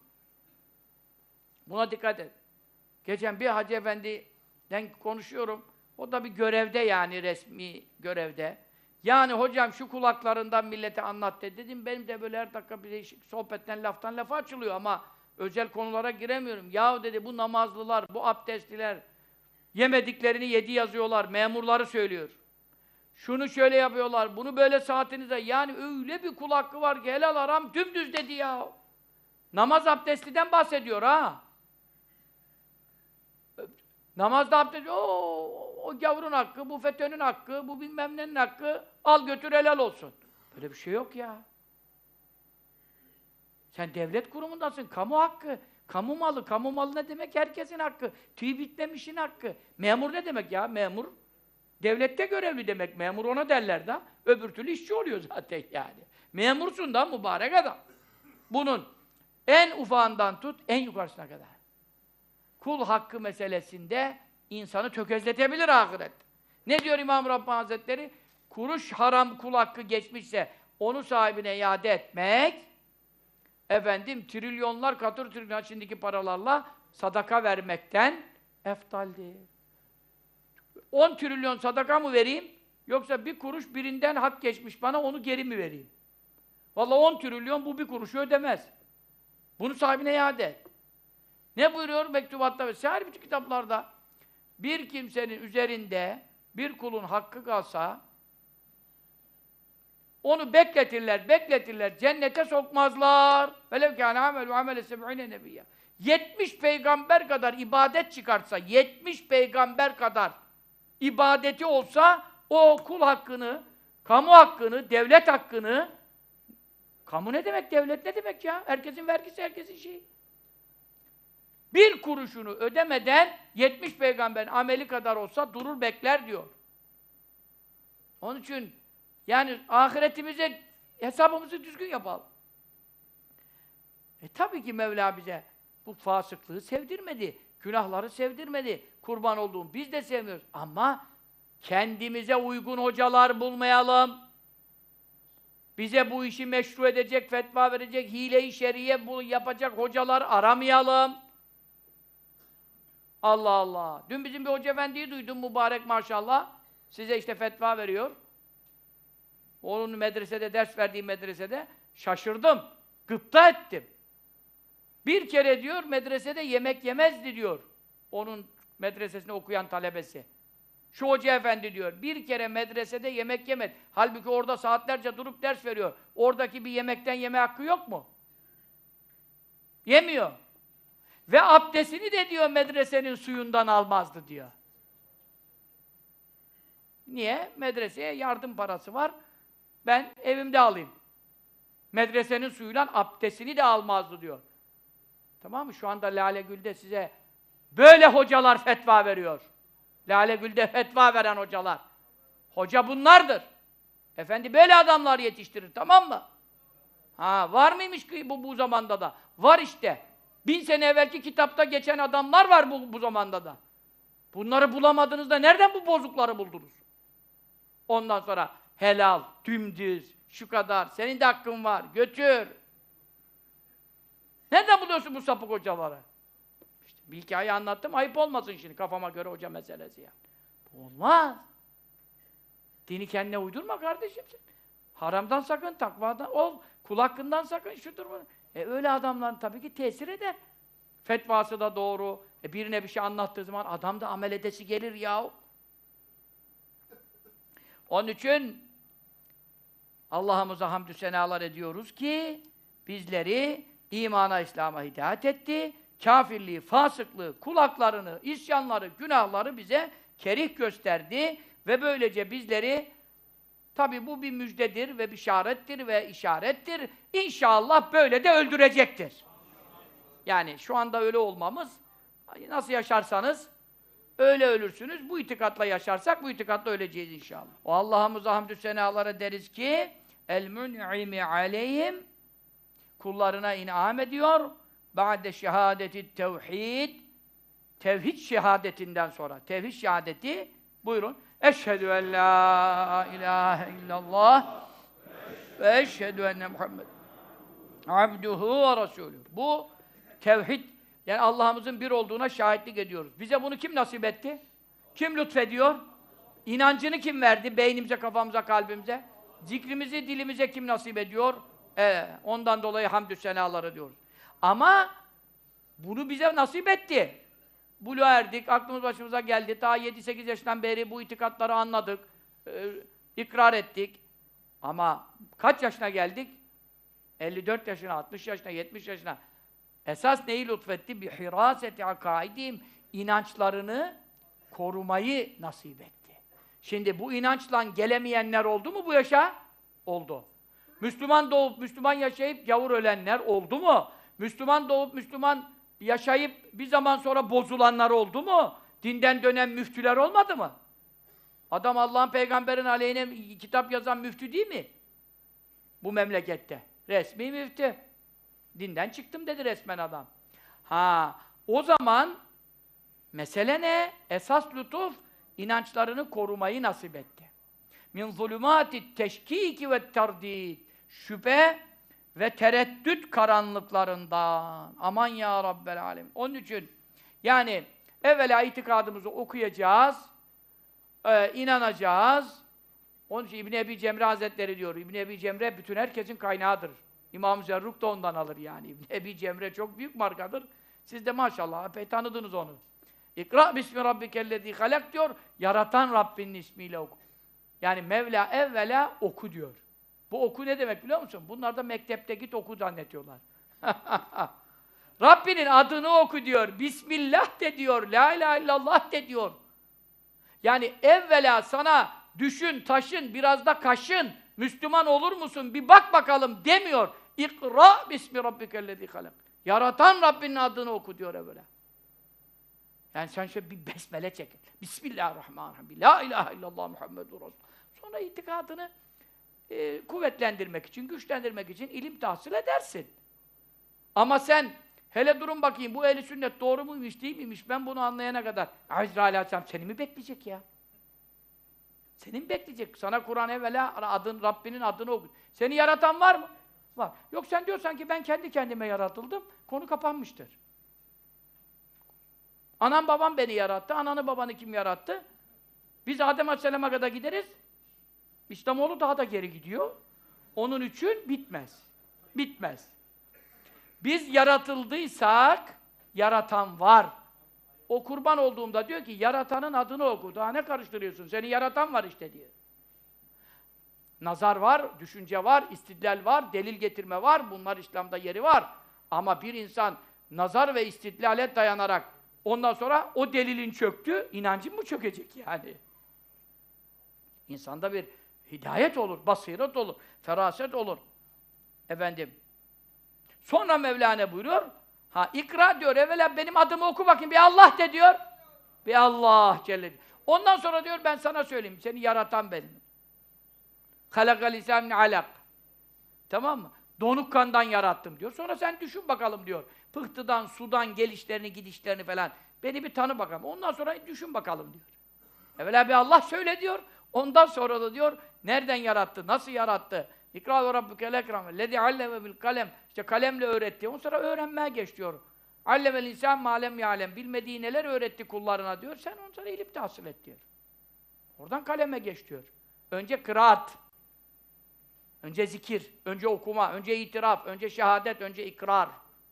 Speaker 1: Buna dikkat et. Geçen bir Hacı Efendi'den konuşuyorum. O da bir görevde yani, resmi görevde. Yani hocam şu kul haklarından millete anlat dedi. Dedim benim de böyle her dakika bir değişik sohbetten, laftan lafa açılıyor ama özel konulara giremiyorum. Yahu dedi bu namazlılar, bu abdestliler yemediklerini yedi yazıyorlar. Memurları söylüyor. Şunu şöyle yapıyorlar, bunu böyle saatinize, yani öyle bir kul hakkı var ki helal haram dümdüz dedi ya. Namaz abdestiden bahsediyor ha. Namazda abdest, o, o gavurun hakkı, bu FETÖ'nün hakkı, bu bilmem nenin hakkı, al götür helal olsun. Böyle bir şey yok ya. Sen devlet kurumundasın, kamu hakkı. Kamu malı, kamu malı ne demek? Herkesin hakkı. Tüy bitmemişin hakkı. Memur ne demek ya? Memur, devlette görevli demek. Memur ona derler da. Öbür türlü işçi oluyor zaten yani. Memursun da mübarek adam. Bunun en ufağından tut, en yukarısına kadar. Kul hakkı meselesinde insanı tökezletebilir ahiret. Ne diyor İmam Rabbani Hazretleri? Kuruş haram kul hakkı geçmişse onu sahibine iade etmek, efendim trilyonlar, katır trilyon şimdiki paralarla sadaka vermekten eftaldir. on trilyon sadaka mı vereyim? Yoksa bir kuruş birinden hak geçmiş bana, onu geri mi vereyim? Vallahi on trilyon bu bir kuruşu ödemez. Bunu sahibine iade et. Ne buyuruyor mektubatta ve sair bütün kitaplarda? Bir kimsenin üzerinde bir kulun hakkı kalsa onu bekletirler, bekletirler, cennete sokmazlar. Velev kâne amelu amele seb'ine nebiyye. yetmiş peygamber kadar ibadet çıkartsa, yetmiş peygamber kadar ibadeti olsa, o kul hakkını, kamu hakkını, devlet hakkını, kamu ne demek, devlet ne demek ya? Herkesin vergisi, herkesin şeyi. Bir kuruşunu ödemeden yetmiş peygamberin ameli kadar olsa durur bekler diyor. Onun için yani ahiretimize hesabımızı düzgün yapalım. E tabii ki Mevla bize bu fasıklığı sevdirmedi, günahları sevdirmedi. Kurban olduğum biz de sevmiyoruz. Ama kendimize uygun hocalar bulmayalım. Bize bu işi meşru edecek, fetva verecek, hile-i şeriye bu yapacak hocalar aramayalım. Allah Allah! Dün bizim bir hoca efendiyi duydum mübarek maşallah. Size işte fetva veriyor. Onun medresede, ders verdiği medresede şaşırdım. Gıpta ettim. Bir kere diyor medresede yemek yemezdi diyor. Onun medresesinde okuyan talebesi. Şu hoca efendi diyor, bir kere medresede yemek yemedi. Halbuki orada saatlerce durup ders veriyor. Oradaki bir yemekten yeme hakkı yok mu? Yemiyor. Ve abdestini de diyor medresenin suyundan almazdı diyor. Niye? Medreseye yardım parası var. Ben evimde alayım. Medresenin suyuyla abdestini de almazdı diyor. Tamam mı? Şu anda Lale Gül'de size böyle hocalar fetva veriyor. Lale Gül'de fetva veren hocalar. Hoca bunlardır. Efendi böyle adamlar yetiştirir, tamam mı? Ha, var mıymış ki bu, bu zamanda da? Var işte. Bin sene evvelki kitapta geçen adamlar var bu, bu zamanda da. Bunları bulamadınız da nereden bu bozukları buldunuz? Ondan sonra helal, dümdüz, şu kadar, senin de hakkın var, götür. Nereden buluyorsun bu sapık hocaları? İşte bir hikaye anlattım, ayıp olmasın şimdi kafama göre hoca meselesi yani. Olmaz. Dini kendine uydurma kardeşim sen. Haramdan sakın, takvadan ol, kul hakkından sakın, şudur bu. E öyle adamların tabii ki tesir eder. Fetvası da doğru. E birine bir şey anlattığı zaman adam da amel edesi gelir yahu. Onun için Allah'ımıza hamdü senalar ediyoruz ki bizleri imana, İslam'a hidayet etti. Kafirliği, fasıklığı, kulaklarını, isyanları, günahları bize kerih gösterdi ve böylece bizleri, tabi bu bir müjdedir ve bişarettir ve işarettir. İnşallah böyle de öldürecektir. Yani şu anda öyle olmamız, nasıl yaşarsanız öyle ölürsünüz. Bu itikatla yaşarsak bu itikatla öleceğiz inşallah. O Allah'ımıza hamdü senalara deriz ki el-mun'imi aleyhim, kullarına in'am ediyor. Ba'de şehadeti tevhid, tevhid şehadetinden sonra, tevhid şehadeti, buyurun. Eşhedü en la ilahe illallah ve eşhedü enne Muhammed abduhu ve resulü. Bu tevhid, yani Allah'ımızın bir olduğuna şahitlik ediyoruz. Bize bunu kim nasip etti? Kim lütfediyor? İnancını kim verdi? Beynimize, kafamıza, kalbimize. Zikrimizi dilimize kim nasip ediyor? Ee, ondan dolayı hamdü senaları diyoruz. Ama bunu bize nasip etti. Buluğa erdik, aklımız başımıza geldi. Ta yedi sekiz yaşından beri bu itikatları anladık. Ee, ikrar ettik. Ama kaç yaşına geldik? elli dört yaşına, altmış yaşına, yetmiş yaşına. Esas neyi lütfetti? Bi hiraseti akaidihim, inançlarını korumayı nasip etti. Şimdi bu inançla gelemeyenler oldu mu bu yaşa? Oldu. Müslüman doğup Müslüman yaşayıp gavur ölenler oldu mu? Müslüman doğup Müslüman yaşayıp bir zaman sonra bozulanlar oldu mu? Dinden dönen müftüler olmadı mı? Adam Allah'ın peygamberin aleyhine kitap yazan müftü değil mi? Bu memlekette. Resmi müftü. Dinden çıktım dedi resmen adam. Ha, o zaman mesele ne? Esas lütuf inançlarını korumayı nasip etti. Min zulümâti teşkîki ve terdîd. Şüphe ve tereddüt karanlıklarından. Aman ya Rabbel alem. Onun için yani evvela itikadımızı okuyacağız, e, inanacağız. Onun için İbn Ebi Cemre Hazretleri diyor. İbn Ebi Cemre bütün herkesin kaynağıdır. İmam Zerruk da ondan alır yani. İbn Ebi Cemre çok büyük markadır. Siz de maşallah epey tanıdınız onu. İkra bismi rabbikellezî halak diyor. Yaratan Rabbinin ismiyle oku. Yani Mevla evvela oku diyor. Bu oku ne demek biliyor musun? Bunlar da mektepte git oku zannediyorlar. Rabbinin adını oku diyor. Bismillah de diyor. La ilahe illallah de diyor. Yani evvela sana düşün, taşın, biraz da kaşın. Müslüman olur musun? Bir bak bakalım demiyor. İkra bismi rabbikellezî halak. Yaratan Rabbinin adını oku diyor evvela. Yani sen şöyle bir besmele çek. Bismillahirrahmanirrahim. La ilahe illallah Muhammedur Resul. Sonra itikadını e, kuvvetlendirmek için, güçlendirmek için ilim tahsil edersin. Ama sen hele durun bakayım bu ehli sünnet doğru muymuş değil miymiş ben bunu anlayana kadar Azrail Aleyhisselam seni mi bekleyecek ya? Seni mi bekleyecek? Sana Kur'an evvela adın, Rabbinin adını oku. Seni yaratan var mı? Var. Yok sen diyorsan ki ben kendi kendime yaratıldım, konu kapanmıştır. Anam babam beni yarattı, ananı babanı kim yarattı? Biz Adem Aleyhisselam'a kadar gideriz. İslamoğlu daha da geri gidiyor. Onun için bitmez. Bitmez. Biz yaratıldıysak, yaratan var. O kurban olduğumda diyor ki, yaratanın adını oku. Daha ne karıştırıyorsun? Seni yaratan var işte diyor. Nazar var, düşünce var, istidlal var, delil getirme var. Bunlar İslam'da yeri var. Ama bir insan nazar ve istidlale dayanarak ondan sonra o delilin çöktü, inancın mı çökecek yani? İnsanda bir hidayet olur, basiret olur, feraset olur. Efendim. Sonra Mevlana buyuruyor, ha ikra diyor, evvela benim adımı oku bakayım, bir Allah de diyor. Bir Allah Celle. Ondan sonra diyor, ben sana söyleyeyim, seni yaratan benim. Halakal İslam min alak. Tamam mı? Donuk kandan yarattım diyor. Sonra sen düşün bakalım diyor. Pıhtıdan, sudan gelişlerini, gidişlerini falan. Beni bir tanı bakalım. Ondan sonra düşün bakalım diyor. Evvela bir Allah söyle diyor. Ondan sonra da diyor, nereden yarattı, nasıl yarattı? İkra ve rabbukel ekrem. Lezî alleme bil kalem. İşte kalemle öğretti. Ondan sonra öğrenmeye geç diyor. Allemel insan malem ya'lem. Bilmediği neler öğretti kullarına diyor. Sen ondan sonra ilim tahsil et diyor. Oradan kaleme geç diyor. Önce kıraat. Önce zikir, önce okuma, önce itiraf, önce şehadet, önce ikrar.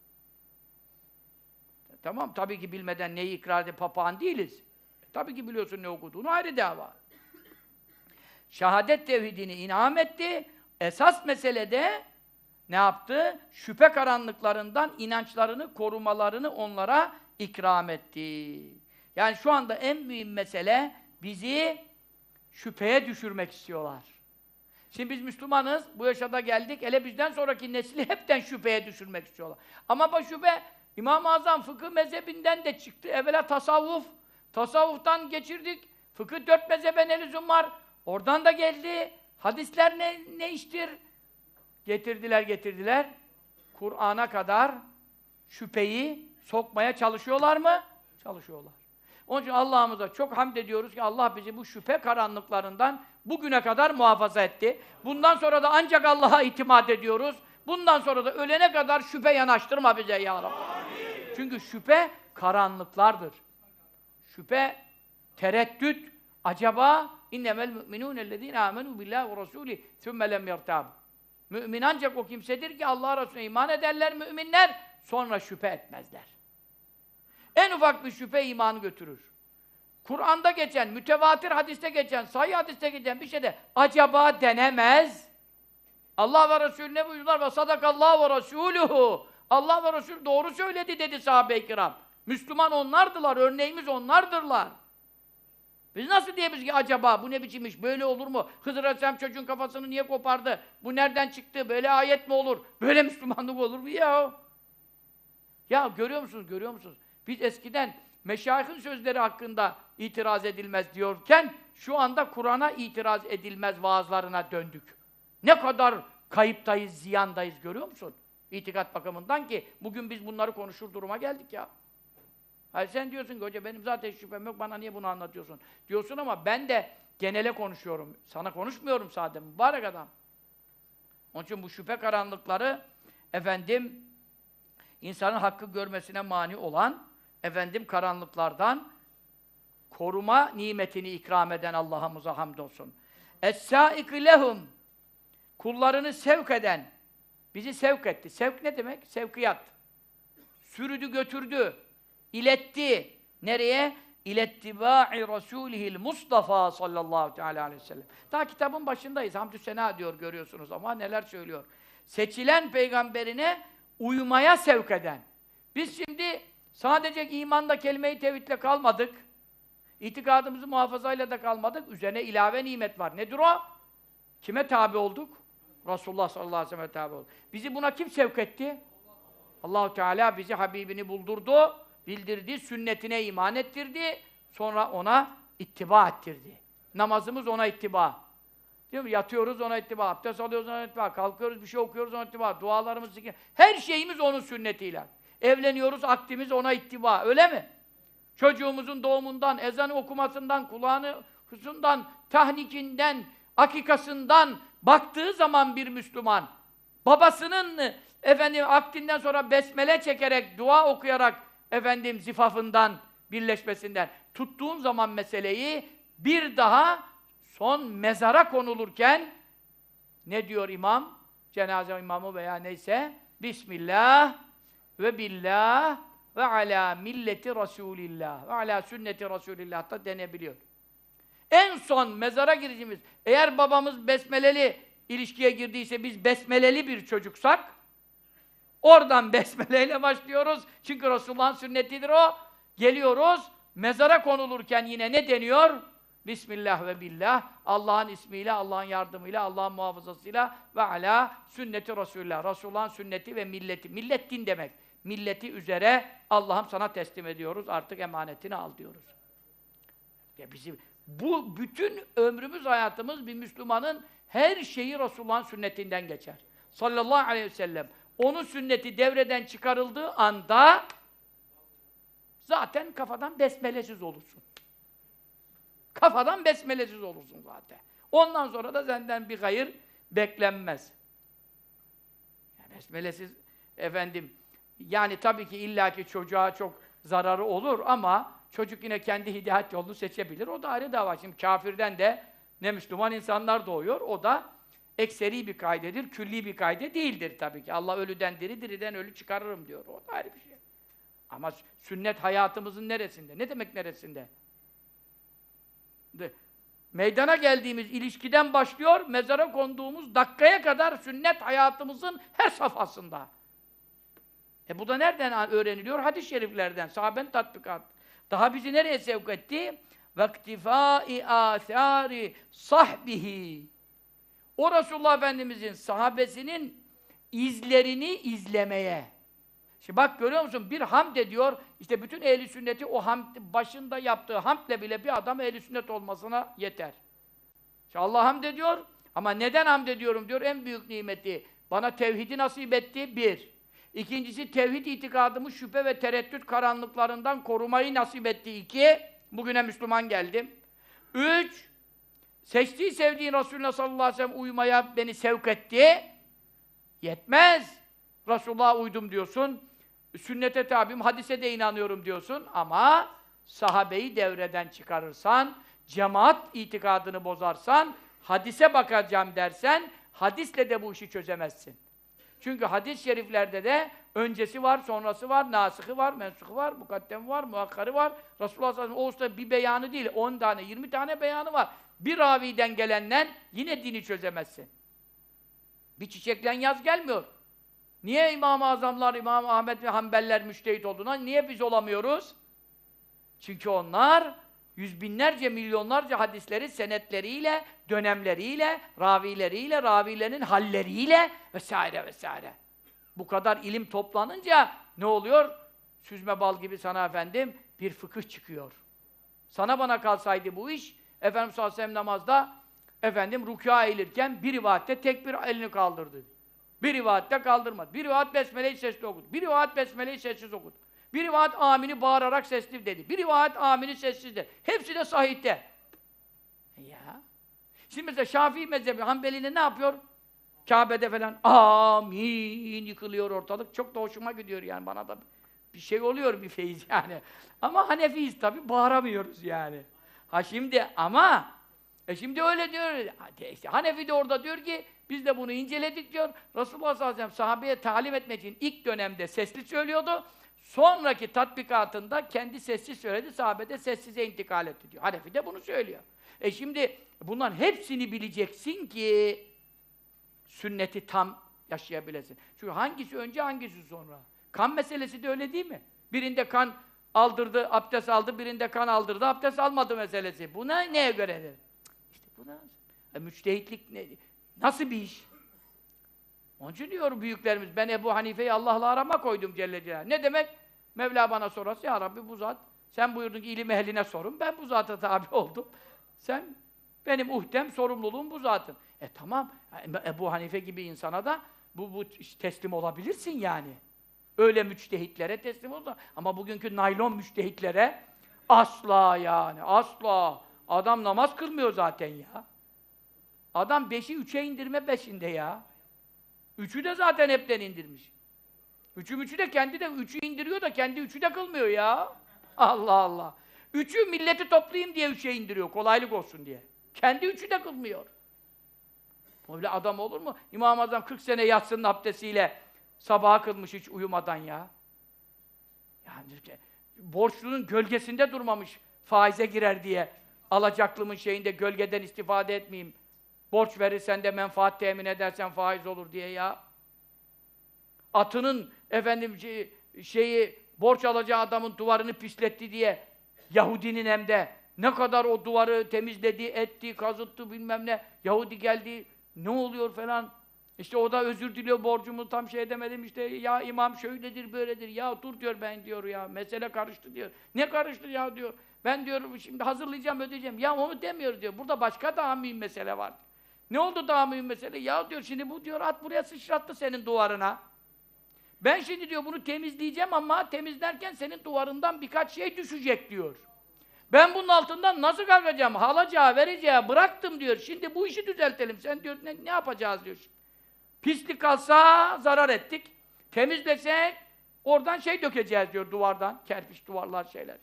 Speaker 1: Tamam, tabii ki bilmeden neyi ikrar edip papağan değiliz. E, tabii ki biliyorsun ne okuduğunu, ayrı dava. Şehadet tevhidini inam etti. Esas meselede ne yaptı? Şüphe karanlıklarından inançlarını, korumalarını onlara ikram etti. Yani şu anda en mühim mesele bizi şüpheye düşürmek istiyorlar. Şimdi biz Müslümanız, bu yaşa da geldik, hele bizden sonraki nesli hepten şüpheye düşürmek istiyorlar. Ama bu şüphe, İmam-ı Azam fıkıh mezhebinden de çıktı. Evvela tasavvuf, tasavvuftan geçirdik. Fıkıh dört mezhebe ne lüzum var? Oradan da geldi. Hadisler ne, ne iştir? Getirdiler, getirdiler. Kur'an'a kadar şüpheyi sokmaya çalışıyorlar mı? Çalışıyorlar. Onun için Allah'ımıza çok hamd ediyoruz ki Allah bizi bu şüphe karanlıklarından bugüne kadar muhafaza etti. Bundan sonra da ancak Allah'a itimat ediyoruz. Bundan sonra da ölene kadar şüphe yanaştırma bize ya Rabbi. Amin. Çünkü şüphe karanlıklardır. Şüphe, tereddüt, acaba innemel mü'minûnellezîne âmenû billâhi ve rasûlih sümme lem yertâb. Mümin ancak o kimsedir ki Allah'a Resulüne iman ederler müminler, sonra şüphe etmezler. En ufak bir şüphe imanı götürür. Kur'an'da geçen, mütevatir hadiste geçen, sahih hadiste geçen bir şeyde acaba denemez. Allah ve Resulü ne buyurdular? Ve sadakallahu ve Resuluhu. Allah ve Resulü doğru söyledi dedi sahabe-i kiram. Müslüman onlardılar, örneğimiz onlardırlar. Biz nasıl diyebiliriz ki acaba bu ne biçim iş, böyle olur mu? Hızır Aleyhisselam çocuğun kafasını niye kopardı? Bu nereden çıktı? Böyle ayet mi olur? Böyle Müslümanlık olur mu ya? Ya görüyor musunuz, görüyor musunuz? Biz eskiden meşayihin sözleri hakkında itiraz edilmez diyorken şu anda Kur'an'a itiraz edilmez vaazlarına döndük. Ne kadar kayıptayız, ziyandayız görüyor musun? İtikat bakımından ki bugün biz bunları konuşur duruma geldik ya. Hayır sen diyorsun ki hoca benim zaten şüphem yok, bana niye bunu anlatıyorsun? Diyorsun ama ben de genele konuşuyorum. Sana konuşmuyorum sadece, mübarek adam. Onun için bu şüphe karanlıkları efendim insanın hakkı görmesine mani olan efendim karanlıklardan koruma nimetini ikram eden Allah'ımıza hamdolsun. Es-sâik lehum, kullarını sevk eden, bizi sevk etti. Sevk ne demek? Sevkiyat. Sürüdü götürdü, iletti. Nereye? İlettibâ'i Rasûlihil Mustafa sallallahu teâlâ aleyhi ve sellem. Daha kitabın başındayız. Hamdü sena diyor görüyorsunuz ama neler söylüyor. Seçilen peygamberine uymaya sevk eden. Biz şimdi sadece imanla, kelime-i tevhidle kalmadık. İtikadımızı muhafazayla da kalmadık. Üzerine ilave nimet var. Nedir o? Kime tabi olduk? Resulullah sallallahu aleyhi ve sellem'e tabi olduk. Bizi buna kim sevk etti? Allah-u Teala bizi Habibini buldurdu, bildirdi, sünnetine iman ettirdi, sonra ona ittiba ettirdi. Namazımız ona ittiba. Değil mi? Yatıyoruz ona ittiba, abdest alıyoruz ona ittiba, kalkıyoruz bir şey okuyoruz ona ittiba, dualarımız, her şeyimiz onun sünnetiyle. Evleniyoruz, akdimiz ona ittiba, öyle mi? Çocuğumuzun doğumundan, ezanı okumasından, kulağını hussundan, tahnikinden, akikasından baktığı zaman bir Müslüman, babasının efendim akdinden sonra besmele çekerek, dua okuyarak efendim zifafından, birleşmesinden tuttuğun zaman meseleyi bir daha son mezara konulurken ne diyor imam? Cenaze imamı veya neyse Bismillah ve billah ve ala milleti Resulillah ve ala sünneti Resulillah da denebiliyor. En son mezara girişimiz, eğer babamız besmeleli ilişkiye girdiyse, biz besmeleli bir çocuksak, oradan besmeleyle başlıyoruz. Çünkü Resulullah'ın sünnetidir o. Geliyoruz, mezara konulurken yine ne deniyor? Bismillah ve billah, Allah'ın ismiyle, Allah'ın yardımıyla, Allah'ın muhafazasıyla ve ala sünneti Resulullah. Resulullah'ın sünneti ve milleti. Millet din demek. Milleti üzere Allah'ım sana teslim ediyoruz, artık emanetini al diyoruz. Ya bizim bu bütün ömrümüz, hayatımız bir Müslümanın her şeyi Resulullah'ın sünnetinden geçer. Sallallahu aleyhi ve sellem. Onun sünneti devreden çıkarıldığı anda zaten kafadan besmelesiz olursun. Kafadan besmelesiz olursun zaten. Ondan sonra da senden bir hayır beklenmez. Yani besmelesiz efendim, yani tabii ki illaki çocuğa çok zararı olur ama çocuk yine kendi hidayet yolunu seçebilir. O da ayrı dava. Şimdi kafirden de ne Müslüman insanlar doğuyor. O da ekseri bir kaydedir, külli bir kayde değildir tabii ki. Allah ölüden diri, diriden ölü çıkarırım diyor. O da ayrı bir şey. Ama sünnet hayatımızın neresinde? Ne demek neresinde? De, meydana geldiğimiz ilişkiden başlıyor, mezara konduğumuz dakikaya kadar sünnet hayatımızın her safhasında. E bu da nereden öğreniliyor? Hadis-i şeriflerden, sahabenin tatbikat. Daha bizi nereye sevk etti? وَاكْتِفَاءِ آثَارِ sahbihi. O Resulullah Efendimizin sahabesinin izlerini izlemeye. Şimdi bak görüyor musun? Bir hamd ediyor, işte bütün ehli sünneti o hamd, başında yaptığı hamdle bile bir adam ehli sünnet olmasına yeter. İşte Allah hamd ediyor ama neden hamd ediyorum diyor, en büyük nimeti. Bana tevhidi nasip etti, bir. İkincisi, tevhid itikadımı şüphe ve tereddüt karanlıklarından korumayı nasip etti, iki. Bugüne Müslüman geldim. Üç, seçtiği, sevdiğin Resulullah sallallahu aleyhi ve sellem uymaya beni sevk etti. Yetmez. Resulullah'a uydum diyorsun, sünnete tabiyim, hadise de inanıyorum diyorsun ama sahabeyi devreden çıkarırsan, cemaat itikadını bozarsan, hadise bakacağım dersen, hadisle de bu işi çözemezsin. Çünkü hadis-i şeriflerde de öncesi var, sonrası var, nasıhı var, mensuhu var, mukaddem var, muakkarı var. Resulullah sallallahu aleyhi ve sellem o usta bir beyanı değil, on tane, yirmi tane beyanı var. Bir raviden gelenden yine dini çözemezsin. Bir çiçeklen yaz gelmiyor. Niye İmam-ı Azamlar, İmam Ahmed ve Hanbeliler müştehit olduğuna, niye biz olamıyoruz? Çünkü onlar yüz binlerce, milyonlarca hadisleri senetleriyle, dönemleriyle, ravileriyle, ravilerin halleriyle vesaire vesaire. Bu kadar ilim toplanınca ne oluyor? Süzme bal gibi sana efendim bir fıkıh çıkıyor. Sana bana kalsaydı bu iş, Efendimiz sallallahu aleyhi ve sellem namazda efendim rükûa eğilirken bir rivayette tek bir elini kaldırdı. Bir rivayette kaldırmadı. Bir rivayet besmeleyi sesli okudu. Bir rivayet besmeleyi sessiz okudu. Bir rivayet amini bağırarak sesli dedi. Bir rivayet amini sessiz dedi. Hepsi de sahihte. Ya. Şimdi mesela Şafii mezhebi Hanbeli'ne ne yapıyor? Kabe'de falan amin yıkılıyor ortalık. Çok da hoşuma gidiyor yani, bana da bir şey oluyor, bir feyiz yani. Ama Hanefiyiz tabii, bağıramıyoruz yani. Ha şimdi ama e şimdi öyle diyor. İşte Hanefi de orada diyor ki biz de bunu inceledik diyor. Resulullah sallallahu aleyhi ve sellem sahabeye talim etmek için ilk dönemde sesli söylüyordu. Sonraki tatbikatında kendi sessiz söyledi, sahabe de sessize intikal etti diyor. Hanefi de bunu söylüyor. E şimdi bunların hepsini bileceksin ki sünneti tam yaşayabilesin. Çünkü hangisi önce, hangisi sonra? Kan meselesi de öyle değil mi? Birinde kan aldırdı, abdest aldı, birinde kan aldırdı, abdest almadı meselesi. Buna neye göredir? İşte buna e, müçtehitlik ne, nasıl bir iş? Onun için diyor büyüklerimiz, ben Ebu Hanife'yi Allah'la arama koydum Celle Celaluhu. Ne demek? Mevla bana sorarsa, ya Rabbi bu zat, sen buyurdun ki ilim ehline sorun, ben bu zata tabi oldum. Sen, benim uhdem, sorumluluğum bu zatın. E tamam, Ebu Hanife gibi insana da bu, bu teslim olabilirsin yani. Öyle müçtehitlere teslim oldu. Ama bugünkü naylon müçtehitlere asla yani, asla. Adam namaz kılmıyor zaten ya. Adam beşi üçe indirme peşinde ya. Üçü de zaten hepten indirmiş. Üçü üçü de kendi de üçü indiriyor da kendi üçü de kılmıyor ya. Allah Allah. Üçü milleti toplayayım diye üçe indiriyor, kolaylık olsun diye. Kendi üçü de kılmıyor. Böyle adam olur mu? İmam-ı Azam kırk sene yatsının abdestiyle sabaha kılmış hiç uyumadan ya. Yani borçlunun gölgesinde durmamış faize girer diye. Alacaklımın şeyinde gölgeden istifade etmeyeyim. Borç verirsen de menfaat temin edersen faiz olur diye ya. Atının efendim şey, şeyi borç alacağı adamın duvarını pisletti diye Yahudinin hem de ne kadar o duvarı temizledi, etti, kazıttı bilmem ne. Yahudi geldi, ne oluyor falan. İşte o da özür diliyor, borcumu tam şey edemedim işte, ya imam şöyledir, böyledir. Ya dur diyor, ben diyor ya, mesele karıştı diyor. Ne karıştı ya diyor. Ben diyor şimdi hazırlayacağım, ödeyeceğim. Ya onu demiyor diyor. Burada başka daha mühim mesele var. Ne oldu daha mühim mesele? Ya diyor şimdi bu diyor at buraya sıçrattı senin duvarına. Ben şimdi diyor bunu temizleyeceğim ama temizlerken senin duvarından birkaç şey düşecek diyor. Ben bunun altından nasıl kalkacağım? Halacağı, vereceği bıraktım diyor. Şimdi bu işi düzeltelim. Sen diyor ne, ne yapacağız diyor. Pislik kalsa zarar ettik. Temizlesek oradan şey dökeceğiz diyor duvardan. Kerpiç duvarlar şeyler.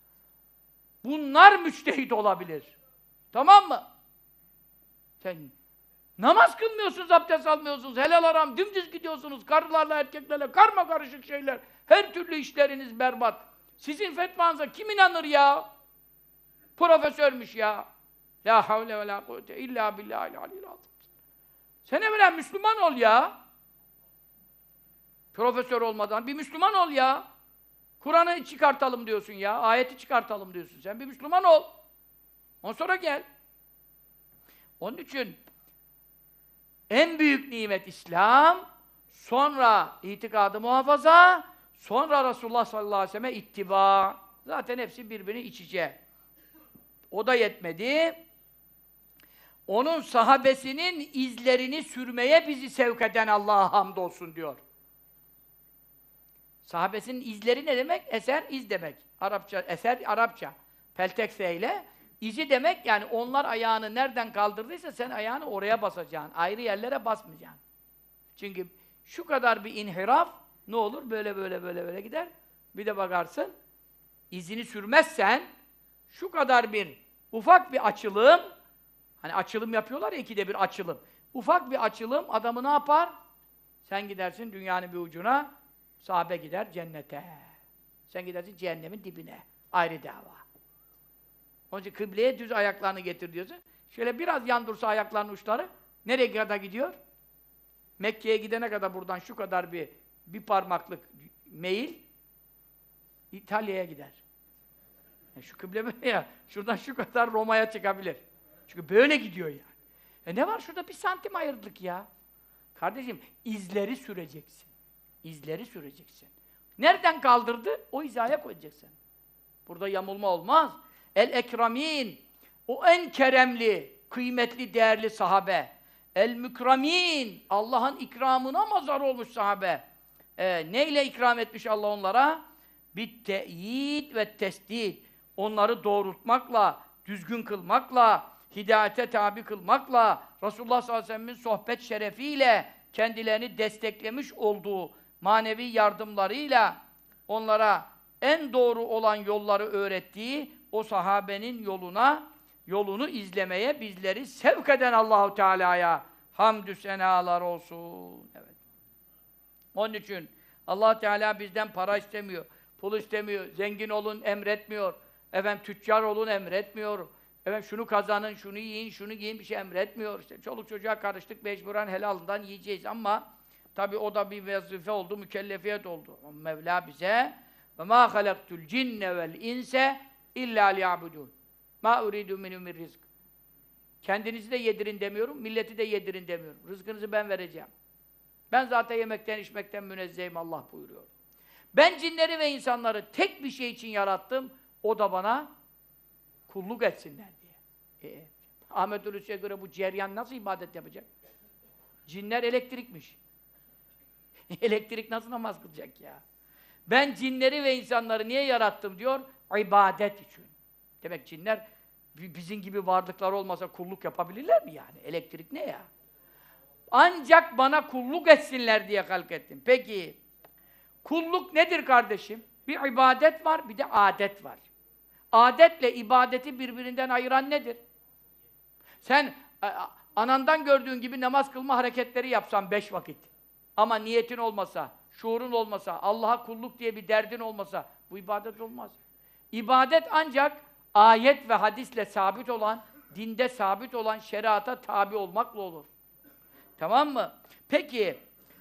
Speaker 1: Bunlar müçtehit olabilir. Tamam mı? Sen namaz kılmıyorsunuz, abdest almıyorsunuz, helal haram, dümdüz gidiyorsunuz, karılarla, erkeklerle, karma karışık şeyler, her türlü işleriniz berbat. Sizin fetvanıza kim inanır ya? Profesörmüş ya. La havle ve la kuvvete illa billahil aliyyil azim. Sen evvela Müslüman ol ya. Profesör olmadan bir Müslüman ol ya. Kur'an'ı çıkartalım diyorsun ya, ayeti çıkartalım diyorsun. Sen bir Müslüman ol. Ondan sonra gel. Onun için en büyük nimet İslam, sonra itikadı muhafaza, sonra Resulullah sallallahu aleyhi ve selleme ittiba. Zaten hepsi birbirini iç içe. O da yetmedi. Onun sahabesinin izlerini sürmeye bizi sevk eden Allah'a hamdolsun diyor. Sahabesinin izleri ne demek? Eser, iz demek. Arapça, eser Arapça. Peltekse ile İzi demek yani onlar ayağını nereden kaldırdıysa sen ayağını oraya basacaksın. Ayrı yerlere basmayacaksın. Çünkü şu kadar bir inhiraf ne olur? Böyle böyle böyle böyle gider. Bir de bakarsın izini sürmezsen şu kadar bir ufak bir açılım, hani açılım yapıyorlar ya, ikide bir açılım. Ufak bir açılım adamı ne yapar? Sen gidersin dünyanın bir ucuna, Sahabe gider cennete. Sen gidersin cehennemin dibine. Ayrı dava. Onun için kıbleye düz ayaklarını getir diyorsun. Şöyle biraz yan dursa ayaklarının uçları, nereye kadar gidiyor? Mekke'ye gidene kadar buradan şu kadar bir bir parmaklık meyil İtalya'ya gider. Yani şu kıble böyle ya, şuradan şu kadar Roma'ya çıkabilir. Çünkü böyle gidiyor yani. E ne var şurada bir santim ayırdık ya? Kardeşim, izleri süreceksin. İzleri süreceksin. Nereden kaldırdı? O hizaya koyacaksın. Burada yamulma olmaz. El-Ekramin, o en keremli, kıymetli, değerli sahabe. El-Mükramin, Allah'ın ikramına mazhar olmuş sahabe. Ee, neyle ikram etmiş Allah onlara? Bit-te'yid ve tesdid. Onları doğrultmakla, düzgün kılmakla, hidayete tabi kılmakla, Resulullah sallallahu aleyhi ve sellem'in sohbet şerefiyle kendilerini desteklemiş olduğu manevi yardımlarıyla onlara en doğru olan yolları öğrettiği o sahabenin yoluna, yolunu izlemeye bizleri sevk eden Allahu Teala'ya hamdü senalar olsun. Evet. Onun için Allah Teala bizden para istemiyor, pul istemiyor, zengin olun emretmiyor, efendim tüccar olun emretmiyor, efendim şunu kazanın, şunu yiyin, şunu giyin bir şey emretmiyor. İşte çoluk çocuğa karıştık, mecburen helalından yiyeceğiz ama tabii o da bir vazife oldu, mükellefiyet oldu. O Mevla bize وَمَا خَلَقْتُ الْجِنَّ وَالْاِنْسَ اِلَّا لِيَعْبُدُونَ مَا اُرِيدُ مِنُمْ مِنْ رِزْقٍ. Kendinizi de yedirin demiyorum, milleti de yedirin demiyorum. Rızkınızı ben vereceğim. Ben zaten yemekten, içmekten münezzehim Allah buyuruyor. Ben cinleri ve insanları tek bir şey için yarattım, o da bana kulluk etsinler diye. E, Ahmet Hulusi'ye göre bu ceryan nasıl ibadet yapacak? Cinler elektrikmiş. Elektrik nasıl namaz kılacak ya? Ben cinleri ve insanları niye yarattım diyor? İbadet için. Demek cinler bizim gibi varlıklar olmasa kulluk yapabilirler mi yani? Elektrik ne ya? Ancak bana kulluk etsinler diye halk ettim. Peki, kulluk nedir kardeşim? Bir ibadet var, bir de adet var. Adetle ibadeti birbirinden ayıran nedir? Sen anandan gördüğün gibi namaz kılma hareketleri yapsan beş vakit. Ama niyetin olmasa, şuurun olmasa, Allah'a kulluk diye bir derdin olmasa bu ibadet olmaz. İbadet ancak ayet ve hadisle sabit olan, dinde sabit olan şeriata tabi olmakla olur. Tamam mı? Peki,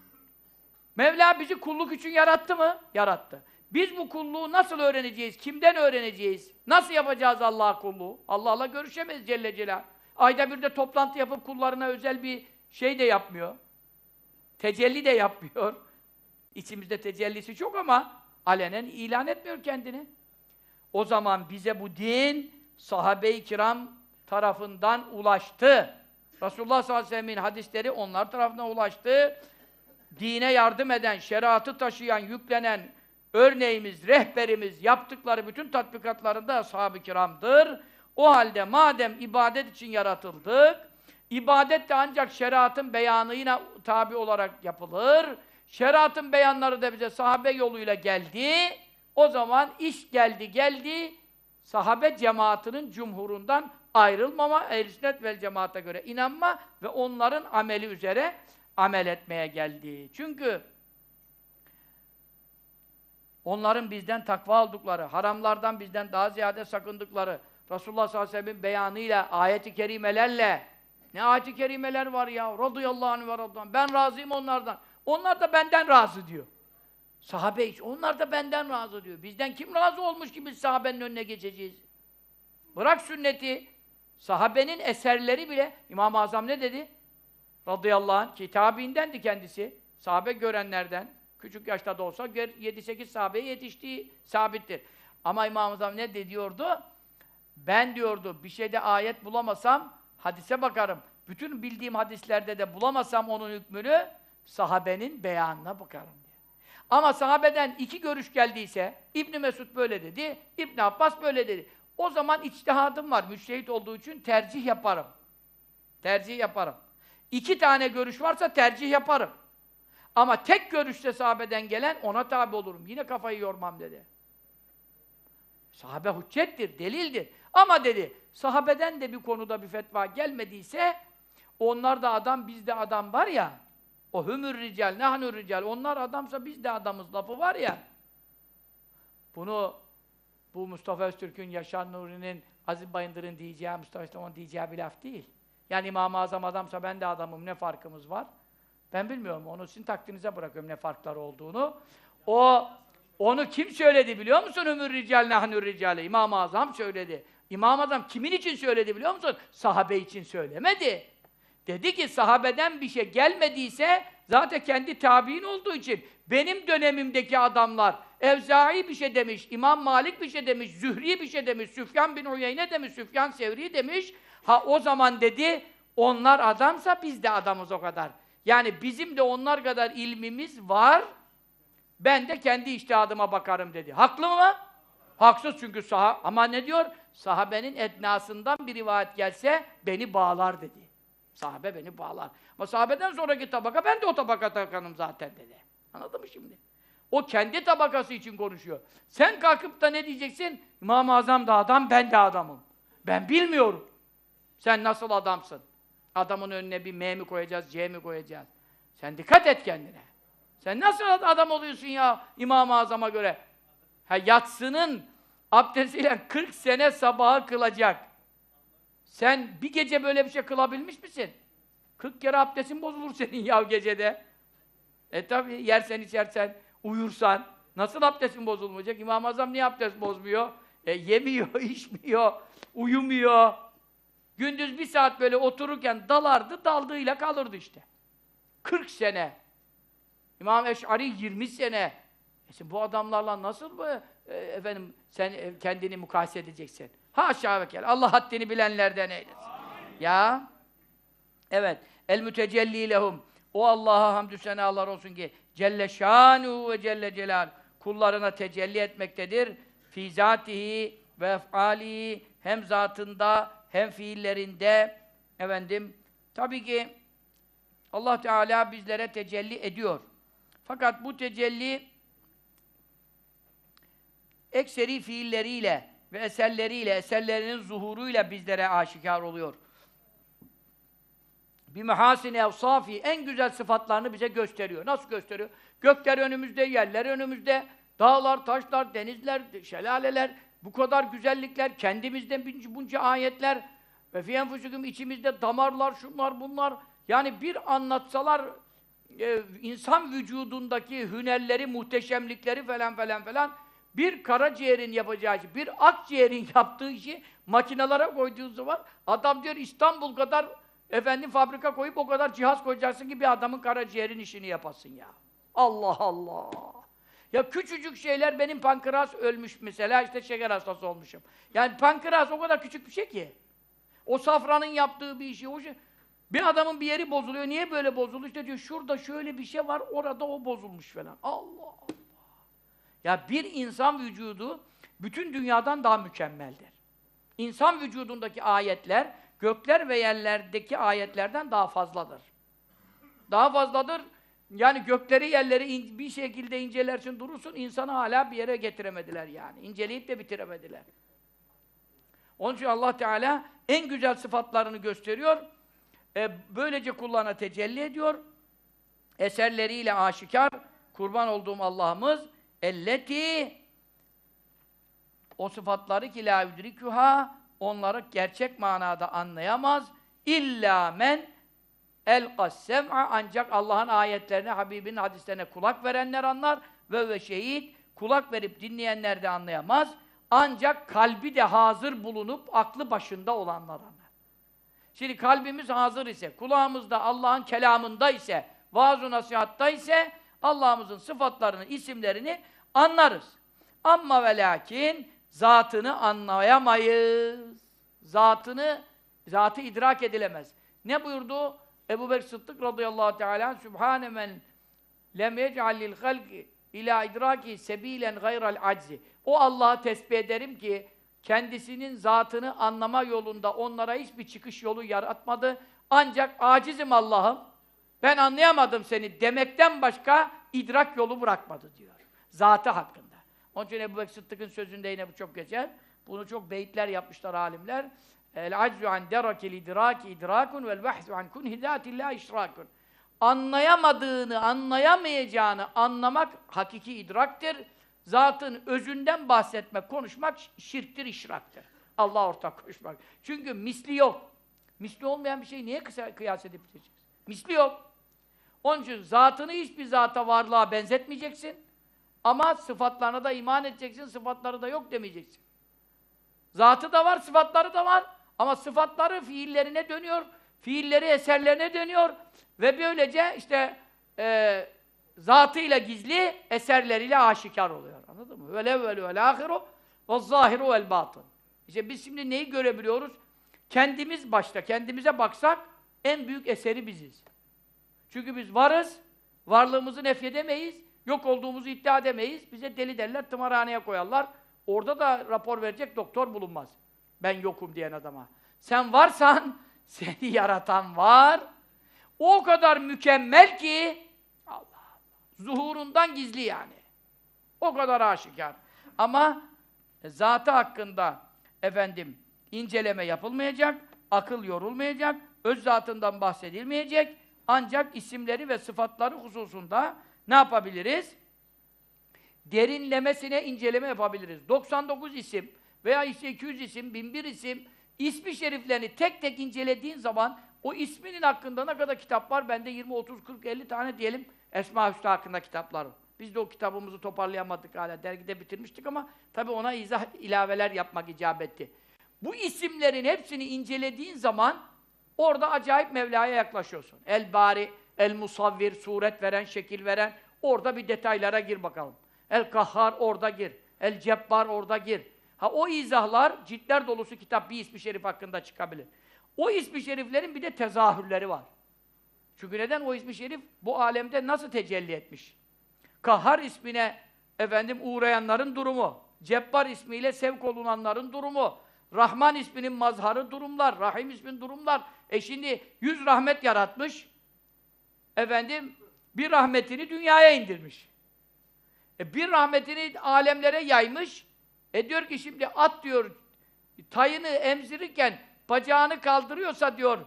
Speaker 1: Mevla bizi kulluk için yarattı mı? Yarattı. Biz bu kulluğu nasıl öğreneceğiz? Kimden öğreneceğiz? Nasıl yapacağız Allah'a kulluğu? Allah'la görüşemeyiz Celle Celal. Ayda bir de toplantı yapıp kullarına özel bir şey de yapmıyor. Tecelli de yapmıyor. İçimizde tecellisi çok ama alenen ilan etmiyor kendini. O zaman bize bu din sahabe-i kiram tarafından ulaştı. Resulullah sallallahu aleyhi ve sellem'in hadisleri onlar tarafından ulaştı. Dine yardım eden, şeriatı taşıyan, yüklenen örneğimiz, rehberimiz, yaptıkları bütün tatbikatlarında ashab-ı kiramdır. O halde madem ibadet için yaratıldık, ibadet de ancak şeriatın beyanına tabi olarak yapılır. Şeriatın beyanları da bize sahabe yoluyla geldi. O zaman iş geldi geldi, sahabe cemaatinin cumhurundan ayrılmama, ehl-i sünnet vel cemaate göre inanma ve onların ameli üzere amel etmeye geldi. Çünkü onların bizden takva aldıkları, haramlardan bizden daha ziyade sakındıkları, Resulullah sallallahu aleyhi ve sellem'in beyanıyla, ayet-i kerimelerle, ne ayet-i kerimeler var ya, radıyallahu anh ve radıyallahu anh, ben razıyım onlardan, onlar da benden razı diyor. Sahabe hiç, onlar da benden razı diyor. Bizden kim razı olmuş ki biz sahabenin önüne geçeceğiz? Bırak sünneti, sahabenin eserleri bile, İmam-ı Azam ne dedi? Radıyallahu anh, ki tabiindendi kendisi, sahabe görenlerden, küçük yaşta da olsa yedi sekiz sahabeye yetiştiği sabittir. Ama İmam-ı Azam ne de diyordu? Ben diyordu, bir şeyde ayet bulamasam, hadise bakarım. Bütün bildiğim hadislerde de bulamasam onun hükmünü, sahabenin beyanına bakarım diye. Ama sahabeden iki görüş geldiyse, İbn Mesud böyle dedi, İbn Abbas böyle dedi. O zaman içtihadım var, müçtehit olduğu için tercih yaparım. Tercih yaparım. İki tane görüş varsa tercih yaparım. Ama tek görüşte sahabeden gelen ona tabi olurum. Yine kafayı yormam dedi. Sahabe hüccettir, delildir. Ama dedi, sahabeden de bir konuda bir fetva gelmediyse, onlar da adam, bizde adam var ya, O hümür rical, nahnur rical. Onlar adamsa biz de adamız lafı var ya. Bunu bu Mustafa Öztürk'ün, Yaşar Nuri'nin, Aziz Bayındır'ın diyeceği, Mustafa İslam'ın diyeceği bir laf değil. Yani İmam-ı Azam adamsa ben de adamım, ne farkımız var? Ben bilmiyorum, onu sizin takdirinize bırakıyorum ne farkları olduğunu. O, onu kim söyledi biliyor musun? Hümür rical, nahnur ricale. İmam-ı Azam söyledi. İmam-ı Azam kimin için söyledi biliyor musun? Sahabe için söylemedi. Dedi ki sahabeden bir şey gelmediyse zaten kendi tabi'in olduğu için benim dönemimdeki adamlar Evzai bir şey demiş, İmam Malik bir şey demiş, Zühri bir şey demiş, Süfyan bin Uyeyne demiş, Süfyan Sevri demiş. Ha o zaman dedi onlar adamsa biz de adamız o kadar. Yani bizim de onlar kadar ilmimiz var. Ben de kendi içtihadıma bakarım dedi. Haklı mı? Haksız çünkü saha ama ne diyor? Sahabenin etnasından bir rivayet gelse beni bağlar dedi. Sahabe beni bağlar. Ama sahabeden sonraki tabaka ben de o tabaka takanım zaten dedi. Anladın mı şimdi? O kendi tabakası için konuşuyor. Sen kalkıp da ne diyeceksin? İmam-ı Azam da adam, ben de adamım. Ben bilmiyorum. Sen nasıl adamsın? Adamın önüne bir M mi koyacağız, C mi koyacağız? Sen dikkat et kendine. Sen nasıl adam oluyorsun ya İmam-ı Azam'a göre? Ha, yatsının abdestiyle kırk sene sabahı kılacak. Sen bir gece böyle bir şey kılabilmiş misin? kırk kere abdestin bozulur senin ya gecede. E tabi yersen içersen, uyursan nasıl abdestin bozulmayacak? İmam-ı Azam niye abdest bozmuyor? E, yemiyor, içmiyor, uyumuyor. Gündüz bir saat böyle otururken dalardı, daldığıyla kalırdı işte. kırk sene. İmam Eş'ari yirmi sene. E şimdi bu adamlarla nasıl bu, e, efendim sen e, kendini mukayese edeceksin? Haşa ve kel. Allah haddini bilenlerden eylesin. Amin. Ya. Evet. El mütecelli lehum. O Allah'a hamdü senalar olsun ki Celle şânuhu ve Celle celal kullarına tecelli etmektedir. Fî zâtihi ve ef'âlihi hem zatında hem fiillerinde efendim tabii ki Allah Teala bizlere tecelli ediyor. Fakat bu tecelli ekseri fiilleriyle ve eserleriyle, eserlerinin zuhuruyla bizlere aşikar oluyor. Bir mehasine evsafi en güzel sıfatlarını bize gösteriyor. Nasıl gösteriyor? Gökler önümüzde, yerler önümüzde, dağlar, taşlar, denizler, şelaleler, bu kadar güzellikler, kendimizden bunca ayetler ve fî enfusikum içimizde damarlar, şunlar, bunlar. Yani bir anlatsalar e, insan vücudundaki hünerleri, muhteşemlikleri falan falan falan bir karaciğerin yapacağı işi, bir akciğerin yaptığı işi makinalara koyduğun zaman adam diyor İstanbul kadar efendim fabrika koyup o kadar cihaz koyacaksın ki bir adamın karaciğerin işini yapasın ya. Allah Allah! Ya küçücük şeyler benim pankreas ölmüş mesela işte şeker hastası olmuşum. Yani pankreas o kadar küçük bir şey ki. O safranın yaptığı bir işi, o şey. Bir adamın bir yeri bozuluyor. Niye böyle bozuldu? İşte diyor şurada şöyle bir şey var, orada o bozulmuş falan. Allah Allah! Ya bir insan vücudu bütün dünyadan daha mükemmeldir. İnsan vücudundaki ayetler gökler ve yerlerdeki ayetlerden daha fazladır. Daha fazladır. Yani gökleri, yerleri bir şekilde incelersin, durursun, insanı hala bir yere getiremediler yani. İnceleyip de bitiremediler. Onun için Allah Teala en güzel sıfatlarını gösteriyor. E, böylece kullarına tecelli ediyor. Eserleriyle aşikar, kurban olduğum Allah'ımız elleti o sıfatları ki la yudrikuha onları gerçek manada anlayamaz. İlla men elqas sem'a ancak Allah'ın ayetlerine, Habibinin hadislerine kulak verenler anlar ve ve şehit kulak verip dinleyenler de anlayamaz. Ancak kalbi de hazır bulunup aklı başında olanlar anlar. Şimdi kalbimiz hazır ise, kulağımızda Allah'ın kelamında ise, vaaz-ı nasihatta ise Allah'ımızın sıfatlarını, isimlerini anlarız. Amma ve lakin zatını anlayamayız. Zatını, zatı idrak edilemez. Ne buyurdu? Ebu Bekir Sıddık radıyallahu teala Sübhane men lem yec'alil halki ila idraki sebilen gayral aczi. O Allah'ı tesbih ederim ki kendisinin zatını anlama yolunda onlara hiçbir çıkış yolu yaratmadı. Ancak acizim Allah'ım, ben anlayamadım seni demekten başka idrak yolu bırakmadı diyor. Zatı hakkında. Onun için Ebu Bekir Sıddık'ın sözünde yine bu çok geçer. Bunu çok beyitler yapmışlar alimler. El aczu an derakil idraki idrakun vel bahzu an kunhi zatillahi işrakun. anlayamadığını, anlayamayacağını anlamak hakiki idraktir. Zatın özünden bahsetmek, konuşmak şirktir, işraktır. Allah ortak koşmak. Çünkü misli yok. Misli olmayan bir şeyi niye kıyas edip gideceksin? Misli yok. Onun için zatını hiçbir zata, varlığa benzetmeyeceksin. Ama sıfatlarına da iman edeceksin, sıfatları da yok demeyeceksin. Zatı da var, sıfatları da var. Ama sıfatları fiillerine dönüyor, fiilleri eserlerine dönüyor. Ve böylece işte e, zatıyla gizli, eserleriyle aşikar oluyor. Anladın mı? Vel evvelu vel ahiru ve zahiru vel batın. İşte biz şimdi neyi görebiliyoruz? Kendimiz başta, kendimize baksak en büyük eseri biziz. Çünkü biz varız, varlığımızı nefyedemeyiz, yok olduğumuzu iddia edemeyiz. Bize deli derler, tımarhaneye koyarlar. Orada da rapor verecek doktor bulunmaz. Ben yokum diyen adama. Sen varsan, seni yaratan var. O kadar mükemmel ki, Allah Allah, zuhurundan gizli yani. O kadar aşikar. Ama zatı hakkında efendim inceleme yapılmayacak, akıl yorulmayacak, öz zatından bahsedilmeyecek. Ancak isimleri ve sıfatları hususunda ne yapabiliriz? Derinlemesine inceleme yapabiliriz. doksan dokuz isim veya işte iki yüz isim, bin bir isim, ismi şeriflerini tek tek incelediğin zaman o isminin hakkında ne kadar kitap var? Bende yirmi, otuz, kırk, elli tane diyelim Esma-i Hüsna hakkında kitaplar. Biz de o kitabımızı toparlayamadık hala. Dergide bitirmiştik ama tabii ona izah, ilaveler yapmak icap etti. Bu isimlerin hepsini incelediğin zaman orada acayip Mevla'ya yaklaşıyorsun. El-Bari, El-Musavvir, suret veren, şekil veren, orada bir detaylara gir bakalım. El-Kahhar orada gir. El-Cebbar orada gir. Ha o izahlar, ciltler dolusu kitap bir ismi şerif hakkında çıkabilir. O ismi şeriflerin bir de tezahürleri var. Çünkü neden? O ismi şerif bu alemde nasıl tecelli etmiş? Kahhar ismine efendim uğrayanların durumu, Cebbar ismiyle sevk olunanların durumu, Rahman isminin mazharı durumlar, Rahim isminin durumlar. E şimdi yüz rahmet yaratmış, efendim bir rahmetini dünyaya indirmiş. E bir rahmetini alemlere yaymış. E diyor ki şimdi at diyor, tayını emzirirken bacağını kaldırıyorsa diyor,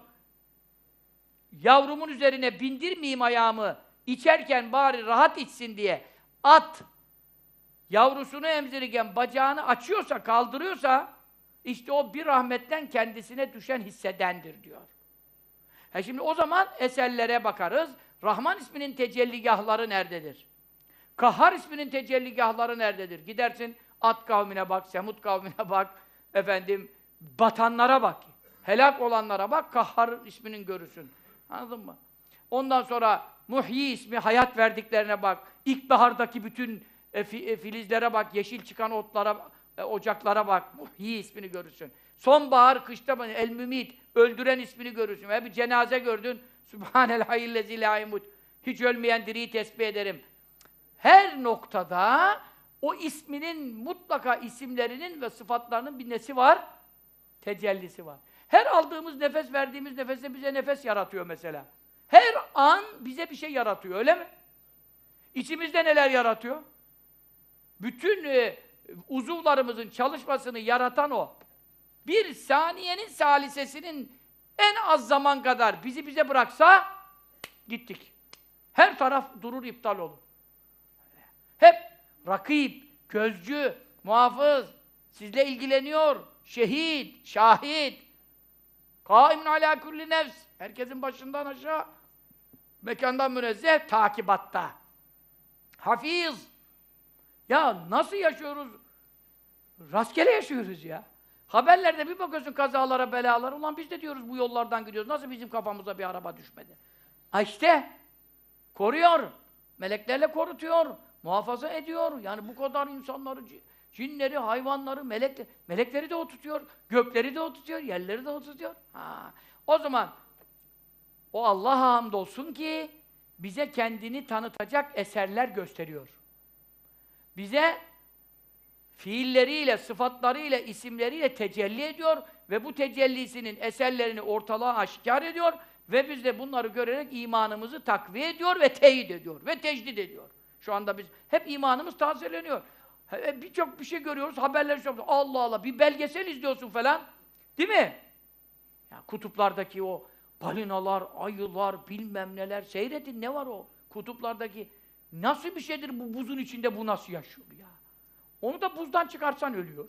Speaker 1: yavrumun üzerine bindirmeyeyim ayağımı, içerken bari rahat içsin diye at yavrusunu emzirirken bacağını açıyorsa, kaldırıyorsa işte o bir rahmetten kendisine düşen hissedendir diyor. E şimdi o zaman eserlere bakarız. Rahman isminin tecelligahları nerededir? Kahhar isminin tecelligahları nerededir? Gidersin Ad kavmine bak, Semud kavmine bak, efendim batanlara bak. Helak olanlara bak, Kahhar isminin görürsün. Anladın mı? Ondan sonra Muhyi ismi, hayat verdiklerine bak. İlkbahardaki bütün e, fi, e, filizlere bak, yeşil çıkan otlara, e, ocaklara bak. Muhyi ismini görürsün. Sonbahar, kışta El-Mümit, öldüren ismini görürsün. Ve bir cenaze gördün, Sübhanel hayyillezî lâ yemut. Hiç ölmeyen diriyi tesbih ederim. Her noktada o isminin mutlaka isimlerinin ve sıfatlarının bir nesi var? Tecellisi var. Her aldığımız nefes, verdiğimiz nefeste bize nefes yaratıyor mesela. Her an bize bir şey yaratıyor, öyle mi? İçimizde neler yaratıyor? Bütün e, uzuvlarımızın çalışmasını yaratan o. Bir saniyenin salisesinin en az zaman kadar bizi bize bıraksa gittik. Her taraf durur, iptal olur. Hep rakip, gözcü, muhafız, sizle ilgileniyor, şehit, şahit, kâimun alâ kulli nefs, herkesin başından aşağı, mekandan münezzeh, takibatta. Hafiz. Ya nasıl yaşıyoruz? Rastgele yaşıyoruz ya. Haberlerde bir bakıyorsun kazalara, belalara, ulan biz de diyoruz bu yollardan gidiyoruz, nasıl bizim kafamıza bir araba düşmedi? Ha işte, koruyor, meleklerle korutuyor, muhafaza ediyor. Yani bu kadar insanları, cinleri, hayvanları, melekleri, melekleri de o tutuyor, gökleri de o tutuyor, yerleri de o tutuyor. Ha. O zaman o Allah'a hamdolsun ki bize kendini tanıtacak eserler gösteriyor. Bize fiilleriyle, sıfatlarıyla, isimleriyle tecelli ediyor ve bu tecellisinin eserlerini ortalığa aşikar ediyor ve biz de bunları görerek imanımızı takviye ediyor ve teyit ediyor ve tecdid ediyor. Şu anda biz hep imanımız tazeleniyor. Birçok bir şey görüyoruz, haberler yapıyoruz. Allah Allah, bir belgesel izliyorsun falan. Değil mi? Ya kutuplardaki o balinalar, ayılar, bilmem neler. Seyredin, ne var o? Kutuplardaki. Nasıl bir şeydir bu buzun içinde, bu nasıl yaşıyor ya? Onu da buzdan çıkarsan ölüyor.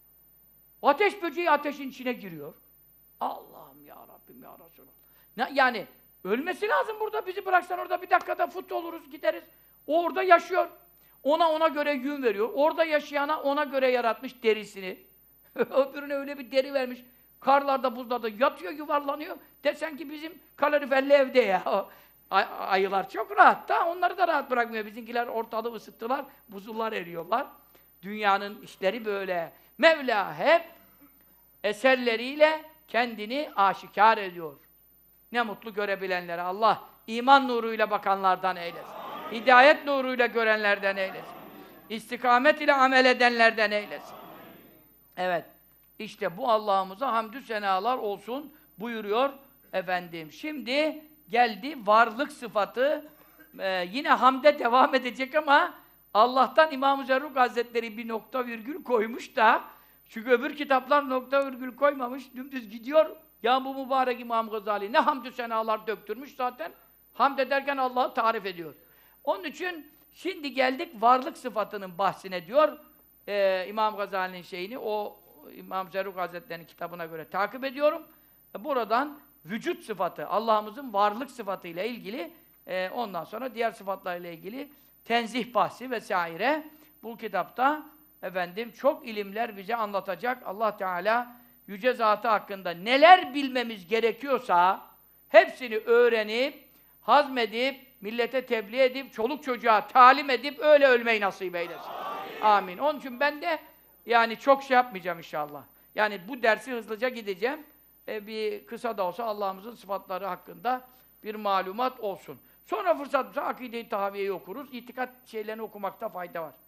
Speaker 1: Ateş böceği ateşin içine giriyor. Allah'ım ya Rabbim ya Resulallah. Ne, yani ölmesi lazım burada. Bizi bıraksan orada bir dakikada fut oluruz, gideriz. O orada yaşıyor. Ona ona göre yün veriyor. Orada yaşayana ona göre yaratmış derisini. Öbürüne öyle bir deri vermiş. Karlarda, buzlarda yatıyor, yuvarlanıyor. Desen ki bizim kaloriferli evde ya. Ay ayılar çok rahat da, onları da rahat bırakmıyor. Bizimkiler ortalığı ısıttılar, buzullar eriyorlar. Dünyanın işleri böyle. Mevla hep eserleriyle kendini aşikar ediyor. Ne mutlu görebilenlere. Allah iman nuruyla bakanlardan eylesin. Hidayet nuruyla görenlerden eylesin. İstikamet ile amel edenlerden eylesin. Evet. İşte bu Allah'ımıza hamdü senalar olsun buyuruyor efendim. Şimdi geldi varlık sıfatı. Ee, yine hamde devam edecek ama Allah'tan İmam-ı Zerruk Hazretleri bir nokta virgül koymuş da, çünkü öbür kitaplar nokta virgül koymamış, dümdüz gidiyor. Ya bu mübarek İmam Gazali ne hamdü senalar döktürmüş zaten. Hamd ederken Allah'ı tarif ediyor. Onun için şimdi geldik varlık sıfatının bahsine diyor. Ee, İmam Gazali'nin şeyini, o İmam Zerruk Hazretleri'nin kitabına göre takip ediyorum. Buradan vücut sıfatı, Allah'ımızın varlık sıfatıyla ilgili, e, ondan sonra diğer sıfatlarla ilgili tenzih bahsi vesaire bu kitapta efendim çok ilimler bize anlatacak. Allah Teala yüce zatı hakkında neler bilmemiz gerekiyorsa hepsini öğrenip, hazmedip, millete tebliğ edip, çoluk çocuğa talim edip öyle ölmeyi nasip eylesin. Amin. Amin. Onun için ben de yani çok şey yapmayacağım inşallah. Yani bu dersi hızlıca gideceğim. E, bir kısa da olsa Allah'ımızın sıfatları hakkında bir malumat olsun. Sonra fırsat bulsa akide-i tahaviyeyi okuruz. İtikat şeylerini okumakta fayda var.